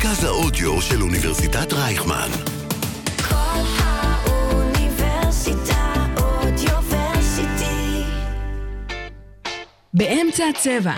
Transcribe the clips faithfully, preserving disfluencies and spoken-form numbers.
מרכז האודיו של אוניברסיטת רייכמן. כל האוניברסיטה אודיוורסיטי. באמצע הצבע.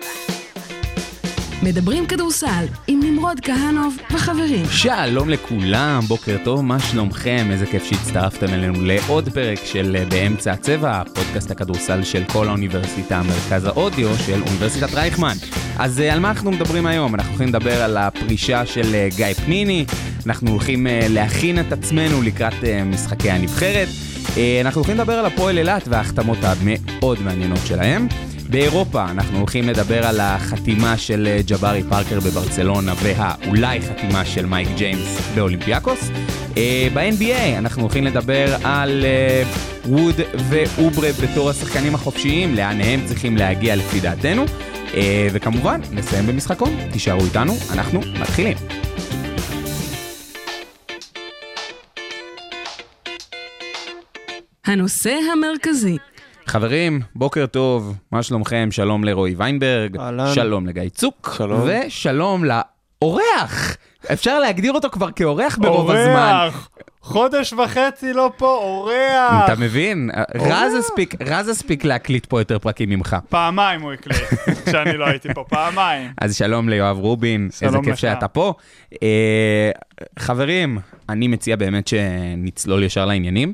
מדברים כדורסל עם נמרוד כהנוב וחברים. שלום לכולם, בוקר טוב, מה שלומכם? איזה כיף שהצטרפתם אלינו לעוד פרק של באמצע הצבע, פודקאסט הכדורסל של כל האוניברסיטה, מרכז האודיו של אוניברסיטת רייכמן. אז על מה אנחנו מדברים היום? אנחנו הולכים לדבר על הפרישה של גיא פניני, אנחנו הולכים להכין את עצמנו לקראת משחקי הנבחרת, אנחנו הולכים לדבר על הפועל אילת וההחתמות המאוד מעניינות שלהם. באירופה אנחנו הולכים לדבר על החתימה של ג'בארי פארקר בברצלונה והאולי חתימה של מייק ג'יימס באולימפיאקוס. ב-אן בי איי אנחנו הולכים לדבר על ווד ואוברה בתור השחקנים החופשיים, לאן הם צריכים להגיע לפי דעתנו. וכמובן נסיים במשחקון, תישארו איתנו, אנחנו מתחילים. הנושא המרכזי. חברים, בוקר טוב, מה שלומכם? שלום לרועי ויינברג, אהלן. שלום לגיא צוק, שלום. ושלום לאורח. אפשר להגדיר אותו כבר כאורח ברוב הזמן. אורח! חודש וחצי לא פה, אורח! אתה מבין? רז הספיק, רז הספיק להקליט פה יותר פרקים ממך. פעמיים הוא הקליט, כשאני לא הייתי פה, פעמיים. אז שלום ליואב רובין, איזה כיף לך. שאתה פה. אה, חברים, אני מציע באמת שנצלול ישר לעניינים,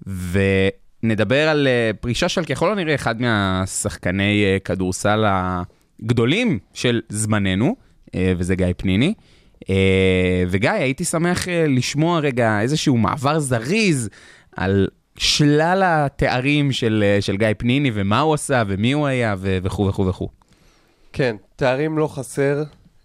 ונדבר על אה, פרישה של ככל הנראה אחד מהשחקני אה, כדורסל הגדולים של זמננו, אה, וזה גיא פניני. Uh, וגיא, הייתי שמח uh, לשמוע רגע איזשהו מעבר זריז על שלל התארים של, uh, של גיא פניני ומה הוא עשה ומי הוא היה ו- וכו' וכו' וכו'. כן, תארים לא חסר.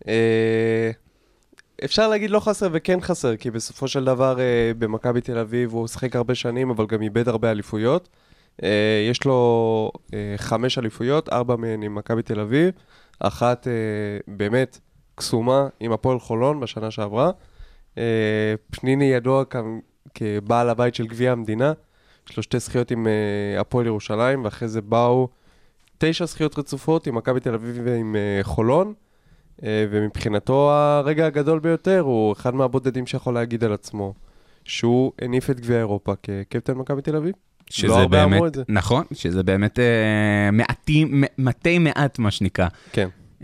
אה, אפשר להגיד לא חסר וכן חסר, כי בסופו של דבר אה, במכבי תל אביב הוא שחק הרבה שנים, אבל גם איבד הרבה אליפויות. אה, יש לו אה, חמש אליפויות, ארבע מהן עם מכבי תל אביב, אחת אה, באמת קסומה עם הפועל חולון בשנה שעברה. אה, פניני ידוע כאן כבעל הבית של גביע המדינה, יש לו שתי זכיות עם אה, הפועל ירושלים, ואחרי זה באו תשע זכיות רצופות עם מכבי תל אביב ועם uh, חולון, uh, ומבחינתו הרגע הגדול ביותר הוא אחד מהבודדים שיכול להגיד על עצמו, שהוא הניף את גביע אירופה כקפטן מכבי תל אביב. שזה לא הרבה באמת, אמרו את זה. נכון, שזה באמת uh, מעטים, מתי מעט מה שנקרא. כן. Uh,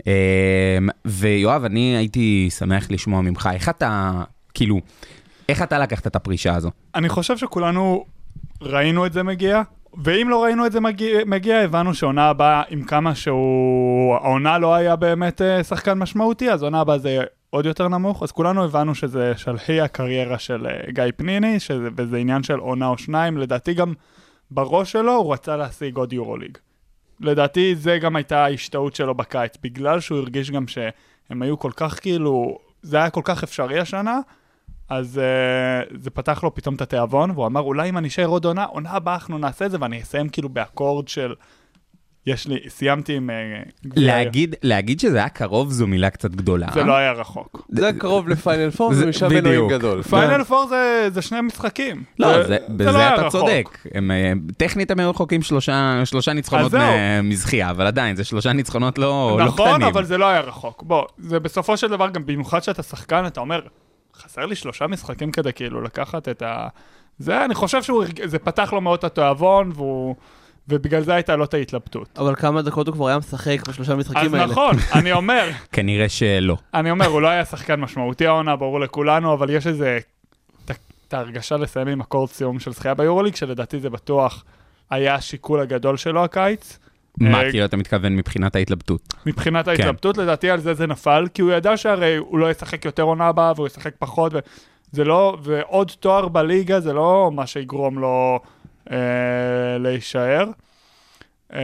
ויואב, אני הייתי שמח לשמוע ממך, איך אתה, כאילו, איך אתה לקחת את הפרישה הזו? אני חושב שכולנו ראינו את זה מגיע, ואם לא ראינו את זה מגיע, מגיע הבנו שעונה הבאה, עם כמה שהוא, העונה לא היה באמת שחקן משמעותי, אז עונה הבאה זה עוד יותר נמוך, אז כולנו הבנו שזה שלהי הקריירה של גיא פניני, שזה, וזה עניין של עונה או שניים, לדעתי גם בראש שלו הוא רצה להשיג עוד יורוליג. לדעתי זה גם הייתה ההשתאות שלו בקיץ, בגלל שהוא הרגיש גם שהם היו כל כך כאילו, זה היה כל כך אפשרי השנה, אז uh, זה פתח לו פתאום את התיאבון, והוא אמר, אולי אם אני אשאר עוד עונה, עונה הבאה אנחנו נעשה את זה, ואני אסיים כאילו באקורד של, יש לי, סיימתי עם... Uh, להגיד, להגיד שזה היה קרוב זו מילה קצת גדולה. זה לא היה רחוק. זה קרוב לפיינל פור, זה- זה משם בדיוק. אלוהים גדול. פיינל פור זה, זה שני משחקים. לא, זה, לא בזה היה אתה רחוק. צודק. הם, אה, טכנית הם היו רחוקים שלושה, שלושה ניצחונות אז זהו. מ- מזכייה, אבל עדיין, זה שלושה ניצחונות לא, לא נכון, קטנים. אבל זה לא היה רחוק. בוא, זה בסופו של דבר, גם במיוחד שאתה שחקן, אתה אומר, חסר לי שלושה משחקים כדי כאילו לקחת את ה... זה, אני חושב שזה פתח לו מאוד את התיאבון, והוא... ובגלל זה הייתה לא את ההתלבטות. אבל כמה דקות הוא כבר היה משחק בשלושה משחקים אז האלה. נכון, אני אומר, כנראה שלא. אני אומר, הוא לא היה שחקן משמעותי העונה, ברור לכולנו, אבל יש איזה, את- את ההרגשה לסיים עם אקורד סיום של זכייה ביורוליג, שלדעתי זה בטוח היה השיקול הגדול שלו הקיץ. מה, אה, כאילו אתה מתכוון מבחינת ההתלבטות? מבחינת ההתלבטות, לדעתי על זה זה נפל, כי הוא ידע שהרי הוא לא ישחק יותר עונה הבאה, והוא ישחק פחות, וזה לא, ועוד תואר בליגה, זה לא מה שיגרום לו אה, להישאר. אה,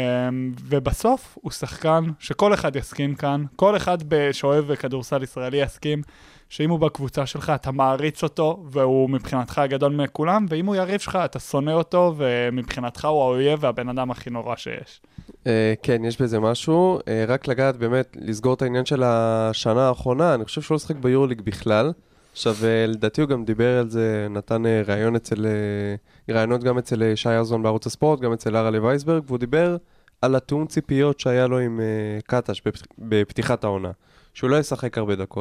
ובסוף הוא שחקן שכל אחד יסכים כאן, כל אחד שאוהב בכדורסל ישראלי יסכים, שאם הוא בקבוצה שלך אתה מעריץ אותו, והוא מבחינתך הגדול מכולם, ואם הוא יריב שלך אתה שונא אותו, ומבחינתך הוא האויב והבן אדם הכי נורא שיש. Uh, כן, יש בזה משהו. Uh, רק לגעת באמת, לסגור את העניין של השנה האחרונה, אני חושב שהוא לא שחק ביורוליג בכלל. עכשיו, uh, לדעתי הוא גם דיבר על זה, נתן uh, ראיון אצל, uh, ראיונות גם אצל uh, שי ארזון בערוץ הספורט, גם אצל ארלה וייסברג, והוא דיבר על התאום ציפיות שהיה לו עם uh, קטש בפתיחת העונה. שהוא לא ישחק הרבה דקות,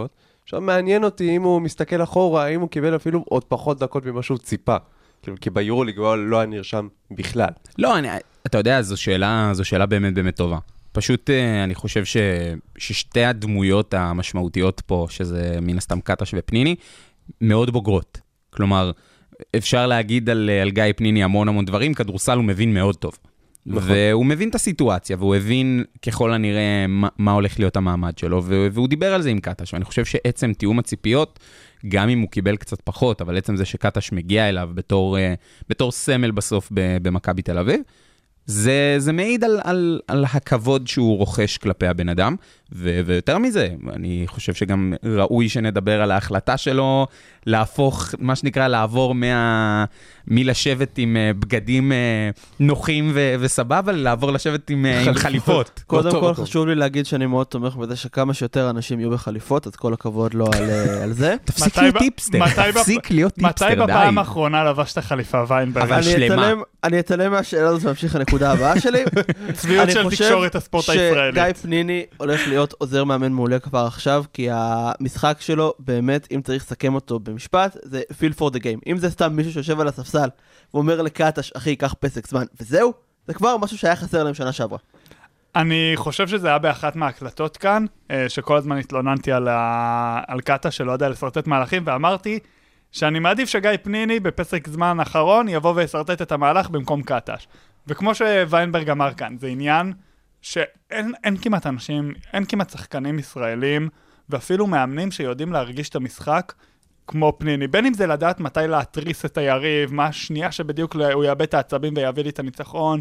עכשיו מעניין אותי אם הוא מסתכל אחורה, אם הוא קיבל אפילו עוד פחות דקות ממה שהוא ציפה. כאילו, כי ביורוליג הוא לא היה נרשם בכלל. לא, אני, אתה יודע, זו שאלה, זו שאלה באמת באמת טובה. פשוט אני חושב ש, ששתי הדמויות המשמעותיות פה, שזה מן הסתם קטש ופניני, מאוד בוגרות. כלומר, אפשר להגיד על, על גיא פניני המון המון דברים, כדורסל הוא מבין מאוד טוב. נכון. והוא מבין את הסיטואציה, והוא הבין ככל הנראה מה, מה הולך להיות המעמד שלו, והוא דיבר על זה עם קטש, ואני חושב שעצם תיאום הציפיות, גם אם הוא קיבל קצת פחות, אבל עצם זה שקטש מגיע אליו בתור, בתור סמל בסוף במכבי תל אביב, זה, זה מעיד על, על, על הכבוד שהוא רוכש כלפי הבן אדם, ו, ויותר מזה, אני חושב שגם ראוי שנדבר על ההחלטה שלו, להפוך, מה שנקרא, לעבור מה, מלשבת עם בגדים נוחים ו, וסבבה, לעבור לשבת עם, עם חליפות. קודם כל חשוב לי להגיד שאני מאוד תומך בזה שכמה שיותר אנשים יהיו בחליפות, אז כל הכבוד לו על, על זה. תפסיק להיות טיפסטר, תפסיק להיות טיפסטר, די. מתי בפעם האחרונה לבשת חליפה ויינברג? אבל שלמה. אני אתעלם מהשאלה הזאת וממשיך הנקודה הבאה שלי. צביעות של תקשורת הספורט הישראלית. אני חושב שגיא פניני הולך להיות עוזר מאמן מעולה כבר עכשיו, כי המשחק שלו באמת, אם צריך לסכם אותו במשפט, זה feel for the game. אם זה סתם מישהו שיושב על הספסל ואומר לקטש, אחי, ייקח פסק זמן, וזהו, זה כבר משהו שהיה חסר להם שנה שעברה. אני חושב שזה היה באחת מההקלטות כאן, שכל הזמן התלוננתי על, ה... על קטש שלא יודע לסרטט מהלכים, ואמרתי שאני מעדיף שגיא פניני בפסק זמן האחרון יבוא ויסרטט את המהלך במקום קטש. וכמו שוויינברג אמר כאן, זה עניין שאין אין כמעט אנשים, אין כמעט שחקנים ישראלים, ואפילו מאמנים שיודעים להרגיש את המשחק כמו פניני. בין אם זה לדעת מתי להטריס את היריב, מה השנייה שבדיוק הוא יאבד את העצבים ויביא לי את הניצחון,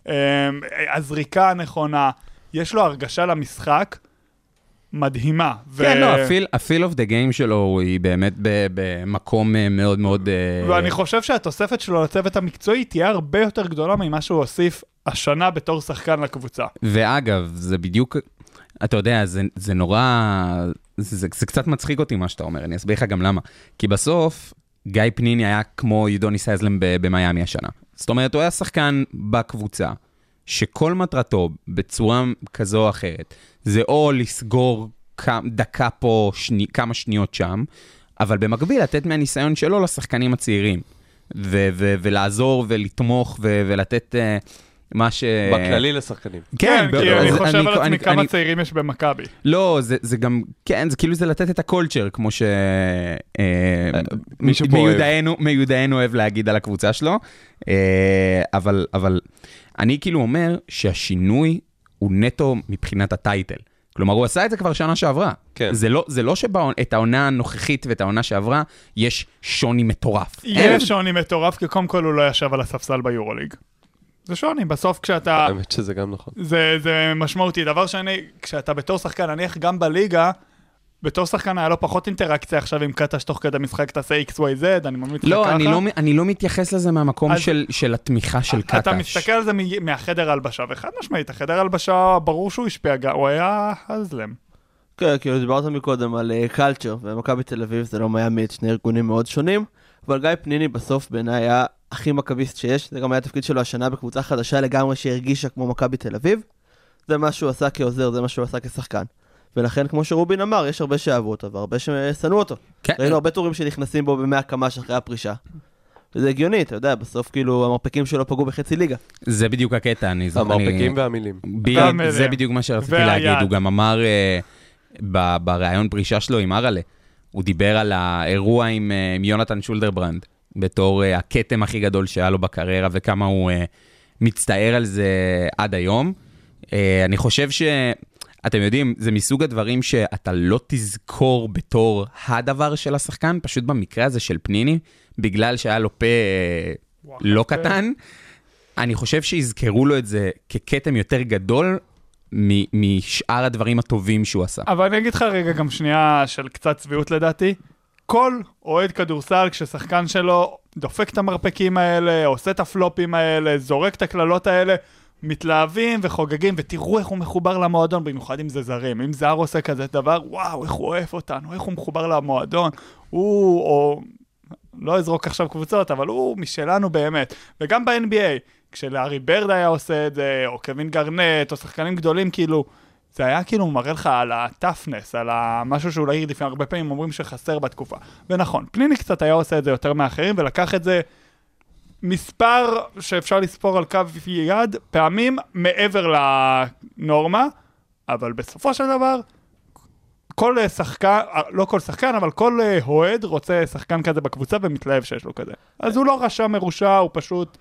הזריקה הנכונה, יש לו הרגשה למשחק מדהימה. כן, לא, ה-feel of the game שלו היא באמת במקום מאוד מאוד... ואני חושב שהתוספת שלו לצוות המקצועי תהיה הרבה יותר גדולה ממה שהוא הוסיף השנה בתור שחקן לקבוצה. ואגב, זה בדיוק, אתה יודע, זה, זה נורא, זה, זה קצת מצחיק אותי מה שאתה אומר, אני אסביר לך גם למה. כי בסוף, גיא פניני היה כמו ידוניס הייזלם במיימי השנה. זאת אומרת, הוא היה שחקן בקבוצה, שכל מטרתו בצורה כזו או אחרת, זה או לסגור דקה פה, שני, כמה שניות שם, אבל במקביל לתת מהניסיון שלו לשחקנים הצעירים, ו- ו- ולעזור ולתמוך ו- ולתת uh, מה ש... בכללי לשחקנים. כן, כן כי אני חושב אני, על עצמי אני, כמה אני, צעירים יש במכבי. לא, זה, זה גם, כן, זה כאילו זה לתת את הקולצ'ר, כמו ש... מישהו פה אוהב. מיודענו אוהב להגיד על הקבוצה שלו, אבל, אבל אני כאילו אומר שהשינוי הוא נטו מבחינת הטייטל. כלומר, הוא עשה את זה כבר שנה שעברה. כן. זה לא, זה לא שאת העונה הנוכחית ואת העונה שעברה, יש שוני מטורף. יש שוני מטורף, כי קודם כל הוא לא ישב על הספסל ביורוליג. זה שוני, בסוף כשאתה... האמת שזה גם נכון. זה, זה משמעותי. דבר שני, כשאתה בתור שחקן, נניח גם בליגה, בתור שחקן היה לו פחות אינטראקציה עכשיו עם קטש תוך כדי משחק, תעשה אקס וואי זד, אני ממליץ לך לא, ככה. אני לא, אני לא מתייחס לזה מהמקום אז, של, של התמיכה של קטש. אתה מסתכל על זה מהחדר הלבשה, ואחד משמעית, החדר הלבשה, ברור שהוא השפיע, הוא היה הזלם. כן, כאילו דיברת מקודם על קלצ'ר, ומכבי תל אביב זה לא מיימי, שני ארגונים מאוד שונים, אבל גיא פניני בסוף בעיניי היה הכי מכביסט שיש, זה גם היה התפקיד שלו השנה בקבוצה חדשה לגמרי שהרגישה כמו מכבי תל אביב, זה מה שהוא עשה כעוזר, זה מה שהוא עשה כשחקן. ולכן, כמו שרובין אמר, יש הרבה שאהבו אותו, והרבה ששנאו אותו. כן. ראינו הרבה טורים שנכנסים בו במאה קמ"ש אחרי הפרישה. וזה הגיוני, אתה יודע, בסוף כאילו המרפקים שלו פגעו בחצי ליגה. זה בדיוק הקטע, אני זוכר. המרפקים והמילים. זה בדיוק מה שרציתי להגיד, הוא גם אמר בראיון פרישה שלו עם ארלה, הוא דיבר על האירוע עם יונתן שולדרברנד, בתור הקטם הכי גדול שהיה לו בקריירה, וכמה הוא מצטער על זה עד היום. אני חושב ש... אתם יודעים, זה מסוג הדברים שאתה לא תזכור בתור הדבר של השחקן, פשוט במקרה הזה של פניני, בגלל שהיה לו פה לא קטן, אני חושב שיזכרו לו את זה כקטם יותר גדול משאר הדברים הטובים שהוא עשה. אבל אני אגיד לך רגע גם שנייה של קצת צביעות לדעתי, כל אוהד כדורסל כששחקן שלו דופק את המרפקים האלה, עושה את הפלופים האלה, זורק את הכללות האלה, מתלהבים וחוגגים, ותראו איך הוא מחובר למועדון, במיוחד אם זה זרים. אם זר עושה כזה דבר, וואו, איך הוא אוהב אותנו, איך הוא מחובר למועדון. הוא, או, לא אזרוק עכשיו קבוצות, אבל הוא משלנו באמת. וגם ב-אן בי איי, כשלארי ברד היה עושה את זה, או קווין גרנט, או שחקנים גדולים, כאילו, זה היה כאילו מראה לך על הטפנס, על משהו שאולי לפני הרבה פעמים אומרים שחסר בתקופה. ונכון, פניני קצת היה עושה את זה יותר מאחרים, ולקח את זה מספר שאפשר לספור על קו יד, פעמים מעבר לנורמה, אבל בסופו של דבר, כל שחקן, לא כל שחקן, אבל כל הועד רוצה שחקן כזה בקבוצה ומתלהב שיש לו כזה. אז הוא לא רשע מרושע, הוא פשוט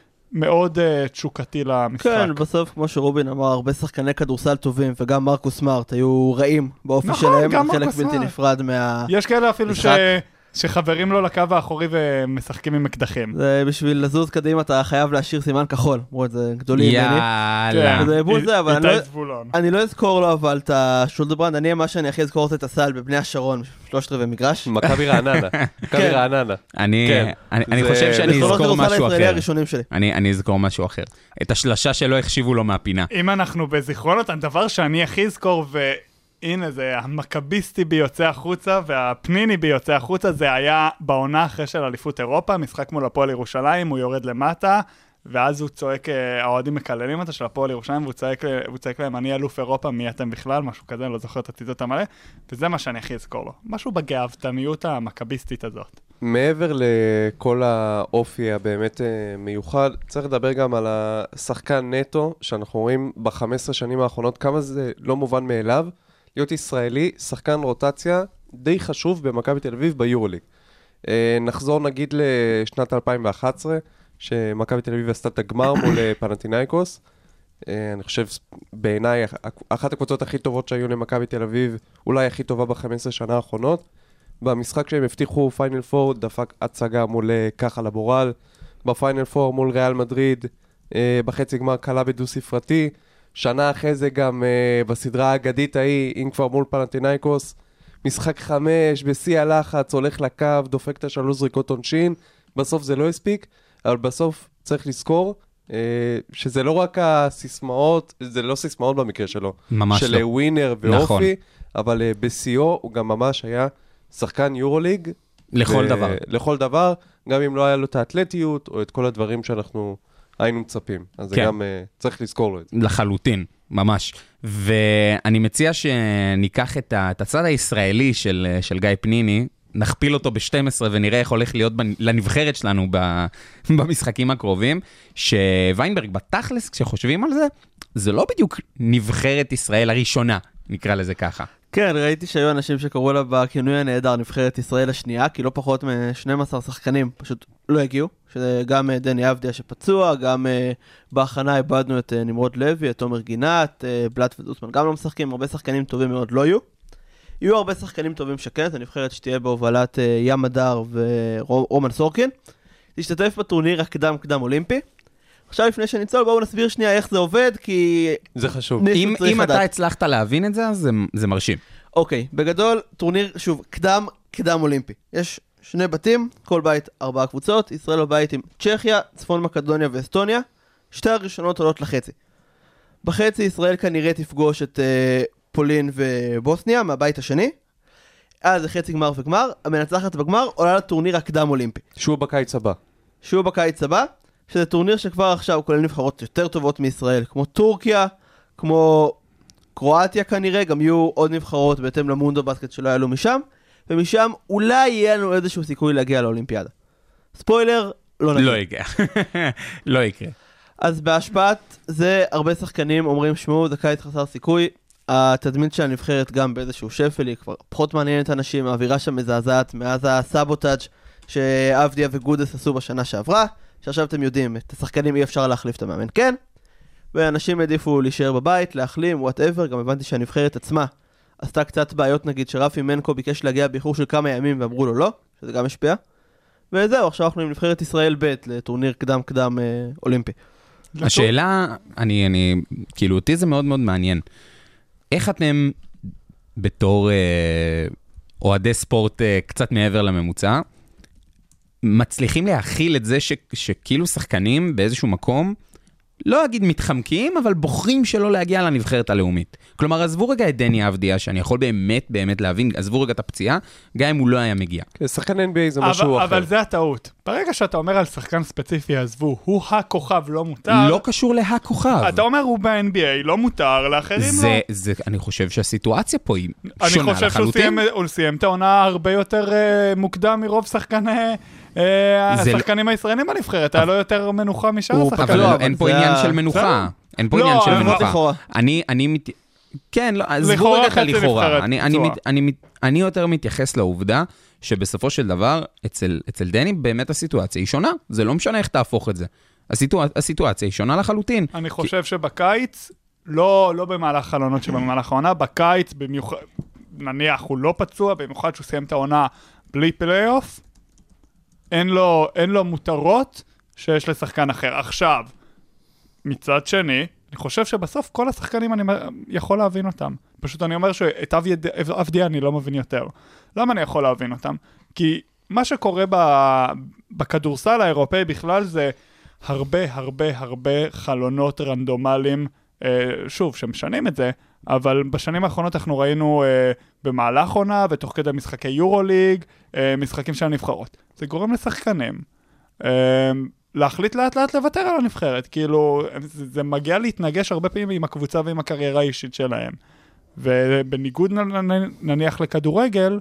מאוד uh, תשוקתי למשחק. כן, בסוף, כמו שרובין אמר, הרבה שחקני כדורסל טובים, וגם מרקוס סמארט היו רעים באופי נכון, שלהם, גם חלק מרקוס בלתי סמארט. נפרד מה... יש כאלה אפילו ש... משחק. שחברים לו לקו האחורי ומשחקים עם אקדחים. זה בשביל לזוז קדימה, אתה חייב להשאיר סימן כחול. אמרו את זה גדולים ממני. יאללה. זה בול זה, אבל אני לא- איתי זבולון. אני לא אזכור לו אבל את השולדברנד, אני מה שאני הכי אזכור זה את הסל בבני השרון, שלושת רבעי מגרש. מכבי רעננה. מכבי כן. רעננה. אני כן. אני- אני זה- חושב שאני ניצחונות אזכור כדורסל משהו הישראלי אחר. הראשונים שלי. אני אני אזכור משהו אחר. את השלשה שלא החשיבו לו מהפינה. אם אנחנו בזיכרונות, הדבר שאני הכי אזכור, והנה זה המכביסטי ביוצא החוצה, והפניני ביוצא החוצה, זה היה בעונה אחרי של אליפות אירופה, משחק מול הפועל ירושלים, הוא יורד למטה, ואז הוא צועק, האוהדים מקללים אותה של הפועל ירושלים, והוא צועק, והוא צועק להם, אני אלוף אירופה, מי אתם בכלל? משהו כזה, אני לא זוכר את הציטוט המלא, וזה מה שאני הכי אזכור לו. משהו בגאוותניות המכביסטית הזאת. מעבר לכל האופי הבאמת אה, מיוחד, צריך לדבר גם על השחקן נטו, שאנחנו רואים ב-חמש עשרה שנים האחרונות, כמה זה לא מובן מאליו, להיות ישראלי, שחקן רוטציה די חשוב במכבי תל אביב ביורוליג. אה, נחזור נגיד לשנת אלפיים ואחת עשרה, שמכבי תל אביב עשתה את הגמר מול אה, פנתינייקוס. אה, אני חושב בעיניי אחת הקבוצות הכי טובות שהיו למכבי תל אביב, אולי הכי טובה ב-חמש עשרה שנה האחרונות. במשחק שהם הבטיחו פיינל פור, דפק הצגה מול ככה לבורל, בפיינל פור מול ריאל מדריד, אה, בחצי גמר קלה בדו ספרתי, שנה אחרי זה גם אה, בסדרה האגדית ההיא, אם כבר מול פנתינייקוס, משחק חמש, בשיא הלחץ, הולך לקו, דופק את השלוש זריקות עונשין, בסוף זה לא הספיק, אבל בסוף צריך לזכור, אה, שזה לא רק הסיסמאות, זה לא סיסמאות במקרה שלו, ממש של לא. ווינר ואופי, נכון. אבל אה, בסיאו הוא גם ממש היה שחקן יורוליג. לכל ו- דבר. לכל דבר, גם אם לא היה לו את האתלטיות, או את כל הדברים שאנחנו היינו מצפים. אז זה כן. גם, uh, צריך לזכור לו את זה. לחלוטין, ממש. ואני מציע שניקח את ה- את הצד הישראלי של של גיא פניני, נכפיל אותו ב-שתים עשרה ונראה איך הולך להיות בנ- לנבחרת שלנו ב- במשחקים הקרובים, שוויינברג בתכלס, כשחושבים על זה, זה לא בדיוק נבחרת ישראל הראשונה, נקרא לזה ככה. כן, ראיתי שהיו אנשים שקראו לה בכינוי הנהדר נבחרת ישראל השנייה, כי לא פחות מ-שנים עשר שחקנים פשוט לא הגיעו, שגם דני אבדיה שפצוע, גם uh, בהכנה איבדנו את uh, נמרוד לוי, את תומר גינת, uh, בלט ודוסמן גם לא משחקים, הרבה שחקנים טובים מאוד לא יהיו. יהיו הרבה שחקנים טובים שכן, זו נבחרת שתהיה בהובלת uh, ים הדר ורומן סורקין. תשתתף בטורניר הקדם קדם אולימפי. עכשיו לפני שניצול, בואו נסביר שנייה איך זה עובד, כי... זה חשוב. מישהו אם צריך אם לדעת. אתה הצלחת להבין את זה, אז זה- זה מרשים. אוקיי, בגדול, טורניר, שוב, קדם, קדם אולימפי. יש שני בתים, כל בית ארבעה קבוצות, ישראל בבית עם צ'כיה, צפון מקדוניה ואסטוניה, שתי הראשונות עולות לחצי. בחצי ישראל כנראה תפגוש את uh, פולין ובוסניה מהבית השני, אז זה חצי גמר וגמר, המנצחת בגמר עולה לטורניר הקדם אולימפי. שהוא בקיץ הבא. שהוא בקיץ הבא, שזה טורניר שכבר עכשיו כולל נבחרות יותר טובות מישראל, כמו טורקיה, כמו קרואטיה כנראה, גם יהיו עוד נבחרות בהתאם למונדו בסקט שלא יעלו משם, ומשם אולי יהיה לנו איזשהו סיכוי להגיע לאולימפיאדה. ספוילר, לא נגיד. לא יקרה. לא יקרה. אז בהשפעת זה הרבה שחקנים אומרים, שמעו, זה קיץ חסר סיכוי, התדמית של הנבחרת גם באיזשהו שפל, היא כבר פחות מעניינת אנשים, האווירה שם מזעזעת מאז הסאבוטאג' שאבדיה וגודס עשו בשנה שעברה, שעכשיו אתם יודעים, את השחקנים אי אפשר להחליף את המאמן, כן? ואנשים העדיפו להישאר בבית, להחלים, whatever, גם הבנתי שהנבחרת עצמה עשתה קצת בעיות, נגיד שרפי מנקו ביקש להגיע באיחור של כמה ימים ואמרו לו לא, שזה גם השפיע. וזהו, עכשיו אנחנו עם נבחרת ישראל ב' לטורניר קדם קדם אה, אולימפי. השאלה, אני, אני, כאילו, אותי זה מאוד מאוד מעניין. איך אתם, בתור אה, אוהדי ספורט אה, קצת מעבר לממוצע, מצליחים להכיל את זה ש, שכאילו שחקנים באיזשהו מקום לא אגיד מתחמקים, אבל בוחרים שלא להגיע לנבחרת הלאומית. כלומר, עזבו רגע את דני אבדיה, שאני יכול באמת באמת להבין, עזבו רגע את הפציעה, גם אם הוא לא היה מגיע. שחקן אן בי איי זה משהו אחר. אבל זה הטעות. ברגע שאתה אומר על שחקן ספציפי, עזבו, הוא הכוכב לא מותר. לא קשור להכוכב. אתה אומר הוא ב-אן בי איי, לא מותר, לאחרים לא. זה, אני חושב שהסיטואציה פה היא אני שונה חושב לחלוטין. שהוא סיים את העונה הרבה יותר uh, מוקדם מרוב שחקני, uh, השחקנים הישראלים בנבחרת, היה לו יותר מנוחה משאר השחקנים. אבל אין פה עניין של מנוחה. אין פה עניין של מנוחה. אני, אני, כן, לא, עזבו רגע את הלכאורה. אני, אני, אני, אני יותר מתייחס לעובדה שבסופו של דבר, אצל, אצל דני באמת הסיטואציה היא שונה. זה לא משנה איך תהפוך את זה. הסיטואציה, הסיטואציה היא שונה לחלוטין. אני חושב שבקיץ, לא, לא במהלך חלונות שבמהלך העונה, בקיץ, במיוחד, נניח הוא לא פצוע, במיוחד שהוא סיים את העונה בלי פלייאוף, אין לו, אין לו מותרות שיש לשחקן אחר. עכשיו, מצד שני, אני חושב שבסוף כל השחקנים אני יכול להבין אותם. פשוט אני אומר שאת אבדיה אני לא מבין יותר. למה אני יכול להבין אותם? כי מה שקורה בכדורסל האירופאי בכלל זה הרבה הרבה הרבה חלונות רנדומליים, שוב, שמשנים את זה, אבל בשנים האחרונות אנחנו ראינו במהלך עונה ותוך כדי משחקי יורוליג, משחקים של הנבחרות. זה גורם לשחקנים להחליט לאט לאט לוותר על הנבחרת, כאילו זה, זה מגיע להתנגש הרבה פעמים עם הקבוצה ועם הקריירה האישית שלהם, ובניגוד נניח לכדורגל,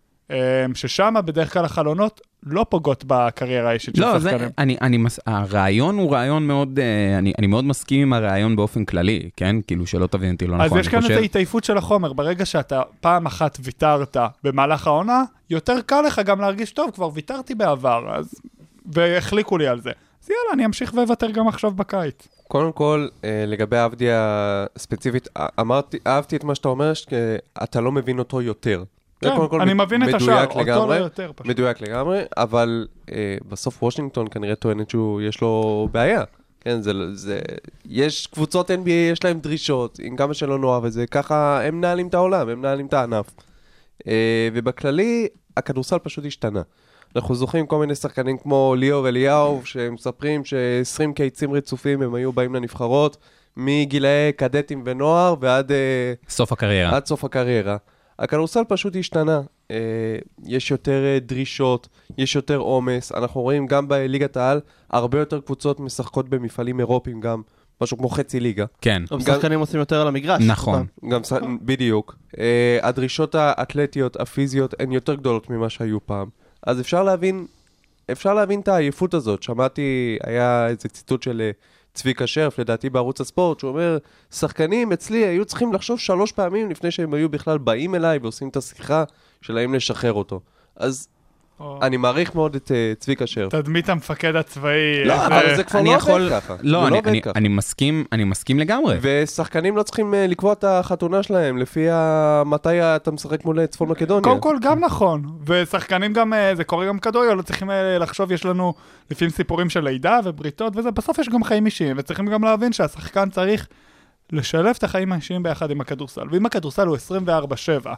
ששם בדרך כלל החלונות לא פוגעות בקריירה האישית של שחקנים. לא, אני, אני, הרעיון הוא רעיון מאוד, אני, אני מאוד מסכים עם הרעיון באופן כללי, כן? כאילו שלא תבין אותי לא נכון. אז יש כאן חושב... את ההתעייפות של החומר, ברגע שאתה פעם אחת ויתרת במהלך העונה, יותר קל לך גם להרגיש טוב, כבר ויתרתי בעבר, אז... והחליקו לי על זה. אז יאללה, אני אמשיך ויוותר גם עכשיו בקיץ. קודם כל, לגבי אבדיה ספציפית, אמרתי, אהבתי את מה שאתה אומר, שאתה לא מבין אותו יותר. כן, אני מבין את השאר, אותו לא יותר פשוט. מדויק לגמרי, אבל אה, בסוף וושינגטון כנראה טוענת שיש לו בעיה. כן, זה, זה, יש קבוצות אן בי איי, יש להם דרישות, עם כמה שלא נאהב את זה, ככה הם מנהלים את העולם, הם מנהלים את הענף. אה, ובכללי, הכדורסל פשוט השתנה. אנחנו זוכרים כל מיני שחקנים כמו ליאור אליהו, שהם מספרים ש-עשרים קיצים רצופים הם היו באים לנבחרות, מגילאי קדטים ונוער ועד אה, סוף הקריירה. עד סוף הקריירה. הכדורסל פשוט השתנה, אה, יש יותר אה, דרישות, יש יותר עומס, אנחנו רואים גם בליגת העל, הרבה יותר קבוצות משחקות במפעלים אירופיים גם, משהו כמו חצי ליגה. כן. גם שחקנים עושים יותר על המגרש. נכון. גם, בדיוק. אה, הדרישות האתלטיות, הפיזיות, הן יותר גדולות ממה שהיו פעם. אז אפשר להבין, אפשר להבין את העייפות הזאת. שמעתי, היה איזה ציטוט של צביקה שרף, לדעתי בערוץ הספורט, שהוא אומר, שחקנים אצלי היו צריכים לחשוב שלוש פעמים לפני שהם היו בכלל באים אליי ועושים את השיחה שלהם לשחרר אותו. אז אני מעריך מאוד את צביקה שרף. תדמית המפקד הצבאי. לא, אבל זה כבר לא עובד ככה. לא, אני מסכים, אני מסכים לגמרי. ושחקנים לא צריכים לקבוע את החתונה שלהם לפי מתי אתה משחק מול צפון מקדוניה. קודם כל גם נכון. ושחקנים גם, זה קורה גם כדורגל, לא צריכים לחשוב, יש לנו לפעמים סיפורים של לידה ובריתות וזה, בסוף יש גם חיים אישיים, וצריכים גם להבין שהשחקן צריך לשלב את החיים האישיים ביחד עם הכדורסל. ואם הכדורסל הוא עשרים וארבע שבע,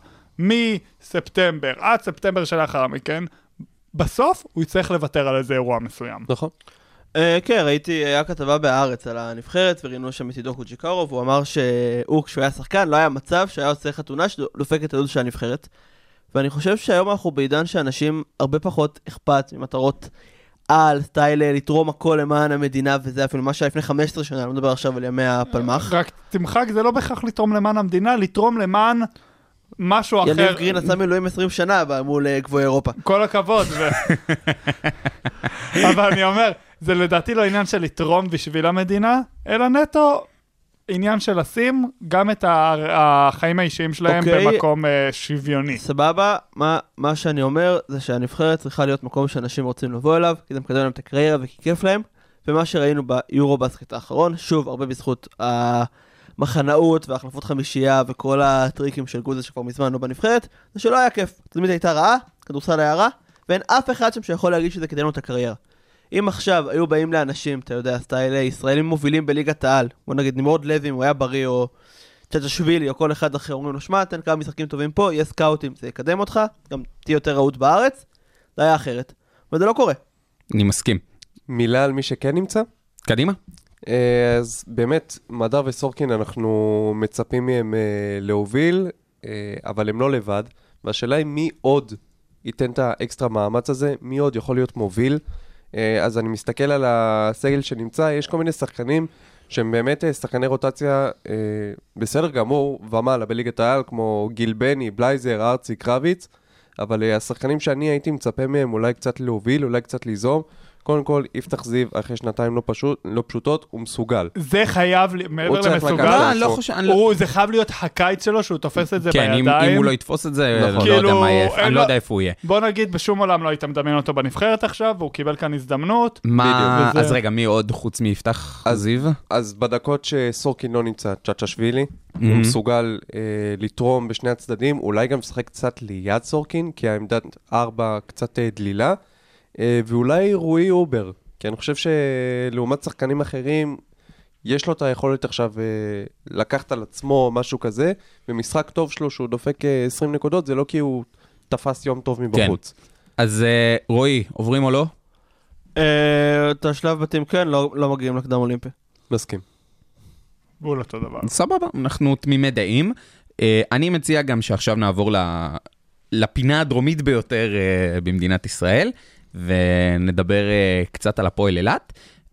מספטמבר עד ספטמבר שלאחר מכן, בסוף הוא יצטרך לוותר על איזה אירוע מסוים. נכון. כן, ראיתי, היה כתבה בארץ על הנבחרת, וראינו שם את עידו קוג'יקרוב, והוא אמר שהוא, כשהוא היה שחקן, לא היה מצב שהיה עושה חתונה שדופק את העדות של הנבחרת. ואני חושב שהיום אנחנו בעידן שאנשים הרבה פחות אכפת ממטרות על, סטייל, לתרום הכל למען המדינה, וזה אפילו מה שהיה לפני חמש עשרה שנה, אני לא מדבר עכשיו על ימי הפלמ"ח. רק תמחק, זה לא בהכרח לתרום למען המדינה, לתרום למען משהו אחר. יניב גרין עשה מילואים עשרים שנה מול גבוהי אירופה. כל הכבוד. אבל אני אומר, זה לדעתי לא עניין של לתרום בשביל המדינה, אלא נטו עניין של לשים גם את החיים האישיים שלהם במקום שוויוני. סבבה, מה שאני אומר זה שהנבחרת צריכה להיות מקום שאנשים רוצים לבוא אליו, כדי לקדם להם את הקריירה וכי כיף להם, ומה שראינו ביורו-בסקט האחרון, שוב, הרבה בזכות המחנאות והחלפות חמישייה וכל הטריקים של גוזה שכבר מזמן לא בנבחרת, זה שלא היה כיף. תלמיד הייתה רעה, כדורסל היה רע, ואין אף אחד שם שיכול להגיד שזה כדי לנו את הקריירה. אם עכשיו היו באים לאנשים, אתה יודע, סטיילי, ישראלים מובילים בליגת העל, בוא נגיד נמרוד לוי, אם הוא היה בריא, או צ'צ'שווילי, או כל אחד אחר, אומרים לו, שמע, תן כמה משחקים טובים פה, יהיה סקאוטים, זה יקדם אותך, גם תהיה יותר רעות בארץ, זה היה אחרת. וזה לא קורה. אני מסכים. מילה על מי שכן נמצא? קדימה. אז באמת, מדר וסורקין, אנחנו מצפים מהם להוביל, אבל הם לא לבד. והשאלה היא מי עוד ייתן את האקסטרה מאמץ הזה, מי עוד יכול להיות מוביל. אז אני מסתכל על הסגל שנמצא, יש כל מיני שחקנים שהם באמת שחקני רוטציה בסדר גמור ומעלה בליגת העל, כמו גיל בני, בלייזר, ארצי, קרביץ, אבל השחקנים שאני הייתי מצפה מהם אולי קצת להוביל, אולי קצת ליזום. קודם כל, יפתח זיו, אחרי שנתיים לא, פשוט, לא פשוטות, הוא מסוגל. זה חייב, מעבר למסוגל, לא, לא חושב, הוא, זה חייב להיות הקיץ שלו, שהוא תופס את זה כן, בידיים. כן, אם, אם הוא לא יתפוס את זה, נכון. כאילו, לא יודע מה יהיה, אני לא יודע איפה הוא יהיה. בוא נגיד, בשום עולם לא היית מדמיין אותו בנבחרת עכשיו, והוא קיבל כאן הזדמנות. מה, וזה... אז רגע, מי עוד חוץ מיפתח אז, זיו? אז בדקות שסורקין לא נמצא, צ'צ'שווילי, mm-hmm. הוא מסוגל אה, לתרום בשני הצדדים, אולי גם לשחק קצת ליד סורקין, כי העמדת ארבע קצת אה, דלילה, אה, ואולי רועי אובר. כי אני חושב שלעומת שחקנים אחרים, יש לו את היכולת עכשיו לקחת על עצמו משהו כזה, ומשחק טוב שלו שהוא דופק עשרים נקודות, זה לא כי הוא תפס יום טוב מבחוץ. כן. אז רועי, עוברים או לא? את השלב בתים כן, לא מגיעים לקדם אולימפי. מסכים. בול אותו דבר. סבבה, אנחנו תמימי דעים. אני מציע גם שעכשיו נעבור לפינה הדרומית ביותר במדינת ישראל, ונדבר uh, קצת על הפועל אילת,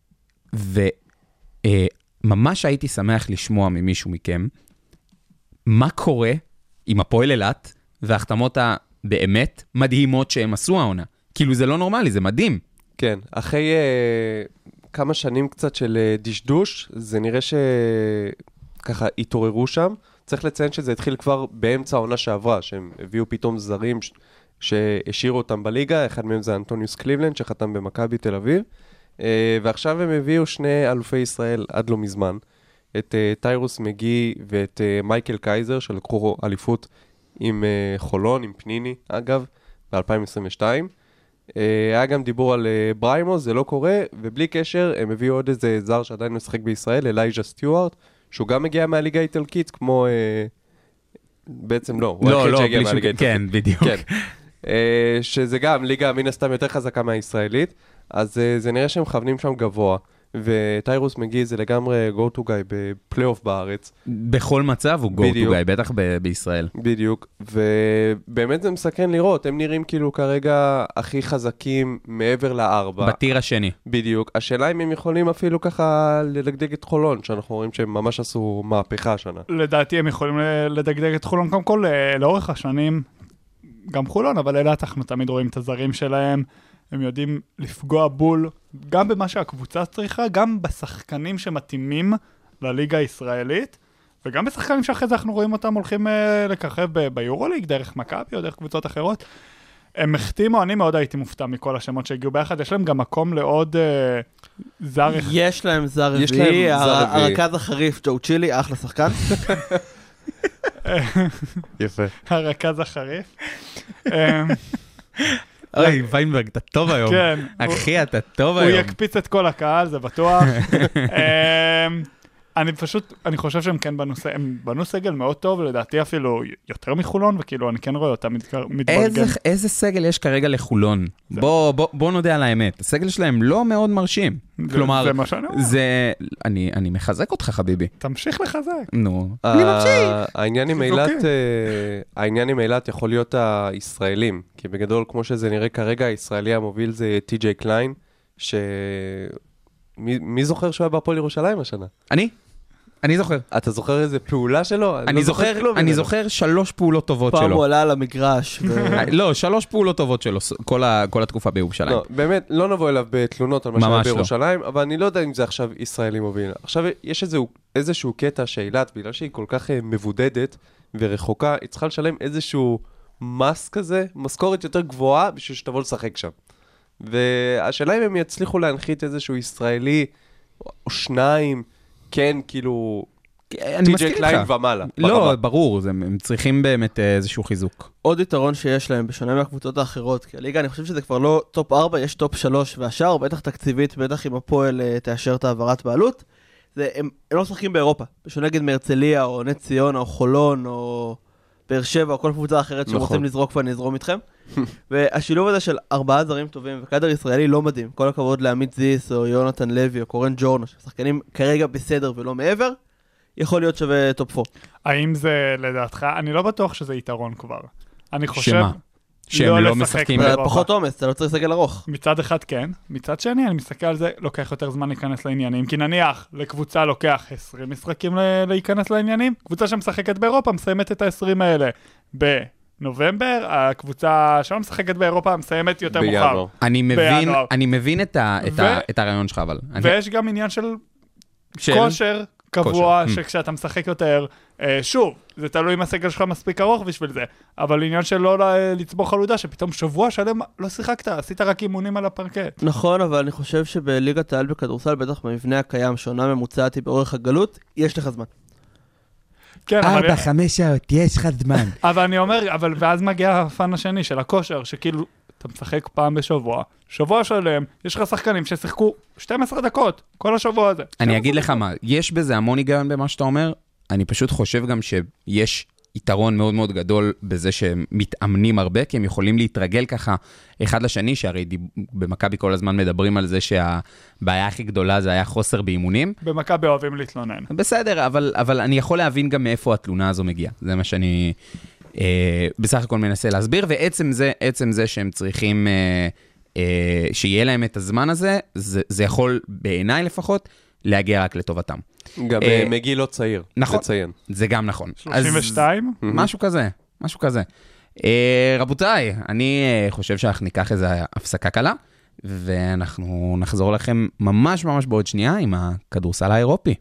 וממש uh, הייתי שמח לשמוע ממישהו מכם, מה קורה עם הפועל אילת, וההחתמות הבאמת מדהימות שהם עשו העונה. כאילו זה לא נורמלי, זה מדהים. כן, אחרי uh, כמה שנים קצת של uh, דשדוש, זה נראה שככה התעוררו שם, צריך לציין שזה התחיל כבר באמצע העונה שעברה, שהם הביאו פתאום זרים ש... שהשאירו אותם בליגה, אחד מהם זה אנטוניוס קליבלנד, שחתם במכבי תל אביב, ועכשיו הם הביאו שני אלופי ישראל עד לא מזמן, את טיירוס מגי ואת מייקל קייזר, שלקחו אליפות עם חולון, עם פניני, אגב, ב-אלפיים עשרים ושתיים. היה גם דיבור על בריימו, זה לא קורה, ובלי קשר הם הביאו עוד איזה זר שעדיין משחק בישראל, אלייג'ה סטיוארט, שהוא גם מגיע מהליגה האיטלקית, כמו... בעצם לא, הוא לא, היחיד לא, שהגיע מהליגה האיטלקית. כן, בדיוק. כן. שזה גם ליגה מן הסתם יותר חזקה מהישראלית, אז זה נראה שהם מכוונים שם גבוה, וטיירוס מגי זה לגמרי go to guy בפלייאוף בארץ. בכל מצב הוא go to guy, בטח ב- בישראל. בדיוק, ובאמת זה מסכן לראות, הם נראים כאילו כרגע הכי חזקים מעבר לארבע. בטיר השני. בדיוק, השאלה אם הם יכולים אפילו ככה לדגדג את חולון, שאנחנו רואים שהם ממש עשו מהפכה השנה. לדעתי הם יכולים לדגדג את חולון, קודם כל לאורך השנים, גם חולון, אבל אילת אנחנו תמיד רואים את הזרים שלהם, הם יודעים לפגוע בול, גם במה שהקבוצה צריכה, גם בשחקנים שמתאימים לליגה הישראלית, וגם בשחקנים שאחרי זה אנחנו רואים אותם הולכים אה, לככב ב- ביורוליג, דרך מכבי או דרך קבוצות אחרות. הם החתימו, אני מאוד הייתי מופתע מכל השמות שהגיעו ביחד, יש להם גם מקום לעוד אה, זר... יש להם זר רביעי, הרכז החריף ג'ו צ'ילי, אחלה שחקן. יפה. הרכז החריף. אוי, ויינברג, אתה טוב היום. כן. אחי, אתה טוב היום. הוא יקפיץ את כל הקהל, זה בטוח. אני פשוט, אני חושב שהם כן בנו, הם בנו סגל מאוד טוב, לדעתי אפילו יותר מחולון, וכאילו אני כן רואה אותם מתברגן. איזה סגל יש כרגע לחולון? בוא נודה על האמת. הסגל שלהם לא מאוד מרשים. כלומר, זה מה שאני אומר. זה, אני מחזק אותך, חביבי. תמשיך לחזק. נו. אני ממשיך. העניין עם אילת, העניין עם אילת יכול להיות הישראלים, כי בגדול, כמו שזה נראה כרגע, הישראלי המוביל זה טי.ג'יי קליין, ש... מי, מי זוכר שהוא היה בהפועל ירושלים השנה? אני? אני זוכר. אתה זוכר איזה פעולה שלו? אני, לא זוכר, זוכר אני זוכר שלוש פעולות טובות פעם שלו. פעם הוא עלה על המגרש. ו... לא, שלוש פעולות טובות שלו, כל, ה, כל התקופה בירושלים. לא, באמת, לא נבוא אליו בתלונות על מה שהיה בירושלים, לא. אבל אני לא יודע אם זה עכשיו ישראלי מוביל. עכשיו, יש איזשהו, איזשהו קטע שאילת, בגלל שהיא כל כך מבודדת ורחוקה, היא צריכה לשלם איזשהו מס כזה, משכורת יותר גבוהה, בשביל שתבוא לשחק שם. והשאלה אם הם יצליחו להנחית איזשהו ישראלי או שניים, כן, כאילו, טי.ג'יי קליין ומעלה. לא, ברור, הם צריכים באמת איזשהו חיזוק. עוד יתרון שיש להם, בשונה מהקבוצות האחרות, כי הליגה, אני חושב שזה כבר לא טופ ארבע, יש טופ שלוש, והשאר, בטח תקציבית, בטח אם הפועל תאשר את העברת בעלות, זה, הם, הם לא משחקים באירופה, בשונה נגד מהרצליה, או נס ציונה, או חולון, או באר שבע או כל קבוצה אחרת נכון. שרוצים לזרוק ואני אזרום איתכם. והשילוב הזה של ארבעה זרים טובים וקאדר ישראלי לא מדהים. כל הכבוד לעמית זיס או יונתן לוי או קורן ג'ורנו, ששחקנים כרגע בסדר ולא מעבר, יכול להיות שווה טופ ארבע. האם זה לדעתך? אני לא בטוח שזה יתרון כבר. אני חושב... שמה? שהם לא משחקים באירופה. פחות עומס, אתה לא צריך לסגל ארוך. מצד אחד כן, מצד שני אני מסתכל על זה, לוקח יותר זמן להיכנס לעניינים, כי נניח לקבוצה לוקח עשרים משחקים ל- להיכנס לעניינים, קבוצה שמשחקת באירופה מסיימת את ה-עשרים האלה בנובמבר, הקבוצה שלא משחקת באירופה מסיימת יותר בינואר. מאוחר. אני מבין, בינואר. אני מבין את ה- את ה- ו- את הרעיון שלך, אבל... אני- ויש גם עניין של של- כושר קבוע, כושר. שכשאתה משחק יותר, אה, שוב, זה תלוי אם הסגל שלך מספיק ארוך בשביל זה, אבל עניין של לא ל- לצבור חלודה, שפתאום שבוע שלם לא שיחקת, עשית רק אימונים על הפרקט. נכון, אבל אני חושב שבליגת העל בכדורסל, בטח במבנה הקיים, שעונה ממוצעת היא באורך הגלות, יש לך זמן. כן, אבל... ארבע, חמש שעות, יש לך זמן. אבל אני אומר, אבל ואז מגיע הפן השני של הכושר, שכאילו, אתה משחק פעם בשבוע, שבוע שלם, יש לך שחקנים ששיחקו שתים עשרה דקות, כל השבוע הזה. אני אגיד לך מה, יש בזה המון היגיון במה שאתה אומר, אני פשוט חושב גם שיש יתרון מאוד מאוד גדול בזה שהם מתאמנים הרבה, כי הם יכולים להתרגל ככה אחד לשני, שהרי דיב... במכבי כל הזמן מדברים על זה שהבעיה הכי גדולה זה היה חוסר באימונים. במכבי אוהבים להתלונן. בסדר, אבל, אבל אני יכול להבין גם מאיפה התלונה הזו מגיעה. זה מה שאני אה, בסך הכל מנסה להסביר, ועצם זה, עצם זה שהם צריכים אה, אה, שיהיה להם את הזמן הזה, זה, זה יכול בעיניי לפחות להגיע רק לטובתם. גם אה, מגיל לא צעיר, נכון. לציין. זה גם נכון. שלושים ושתיים? אז, משהו כזה, משהו כזה. אה, רבותיי, אני אה, חושב שאנחנו ניקח איזו הפסקה קלה, ואנחנו נחזור לכם ממש ממש בעוד שנייה עם הכדורסל האירופי.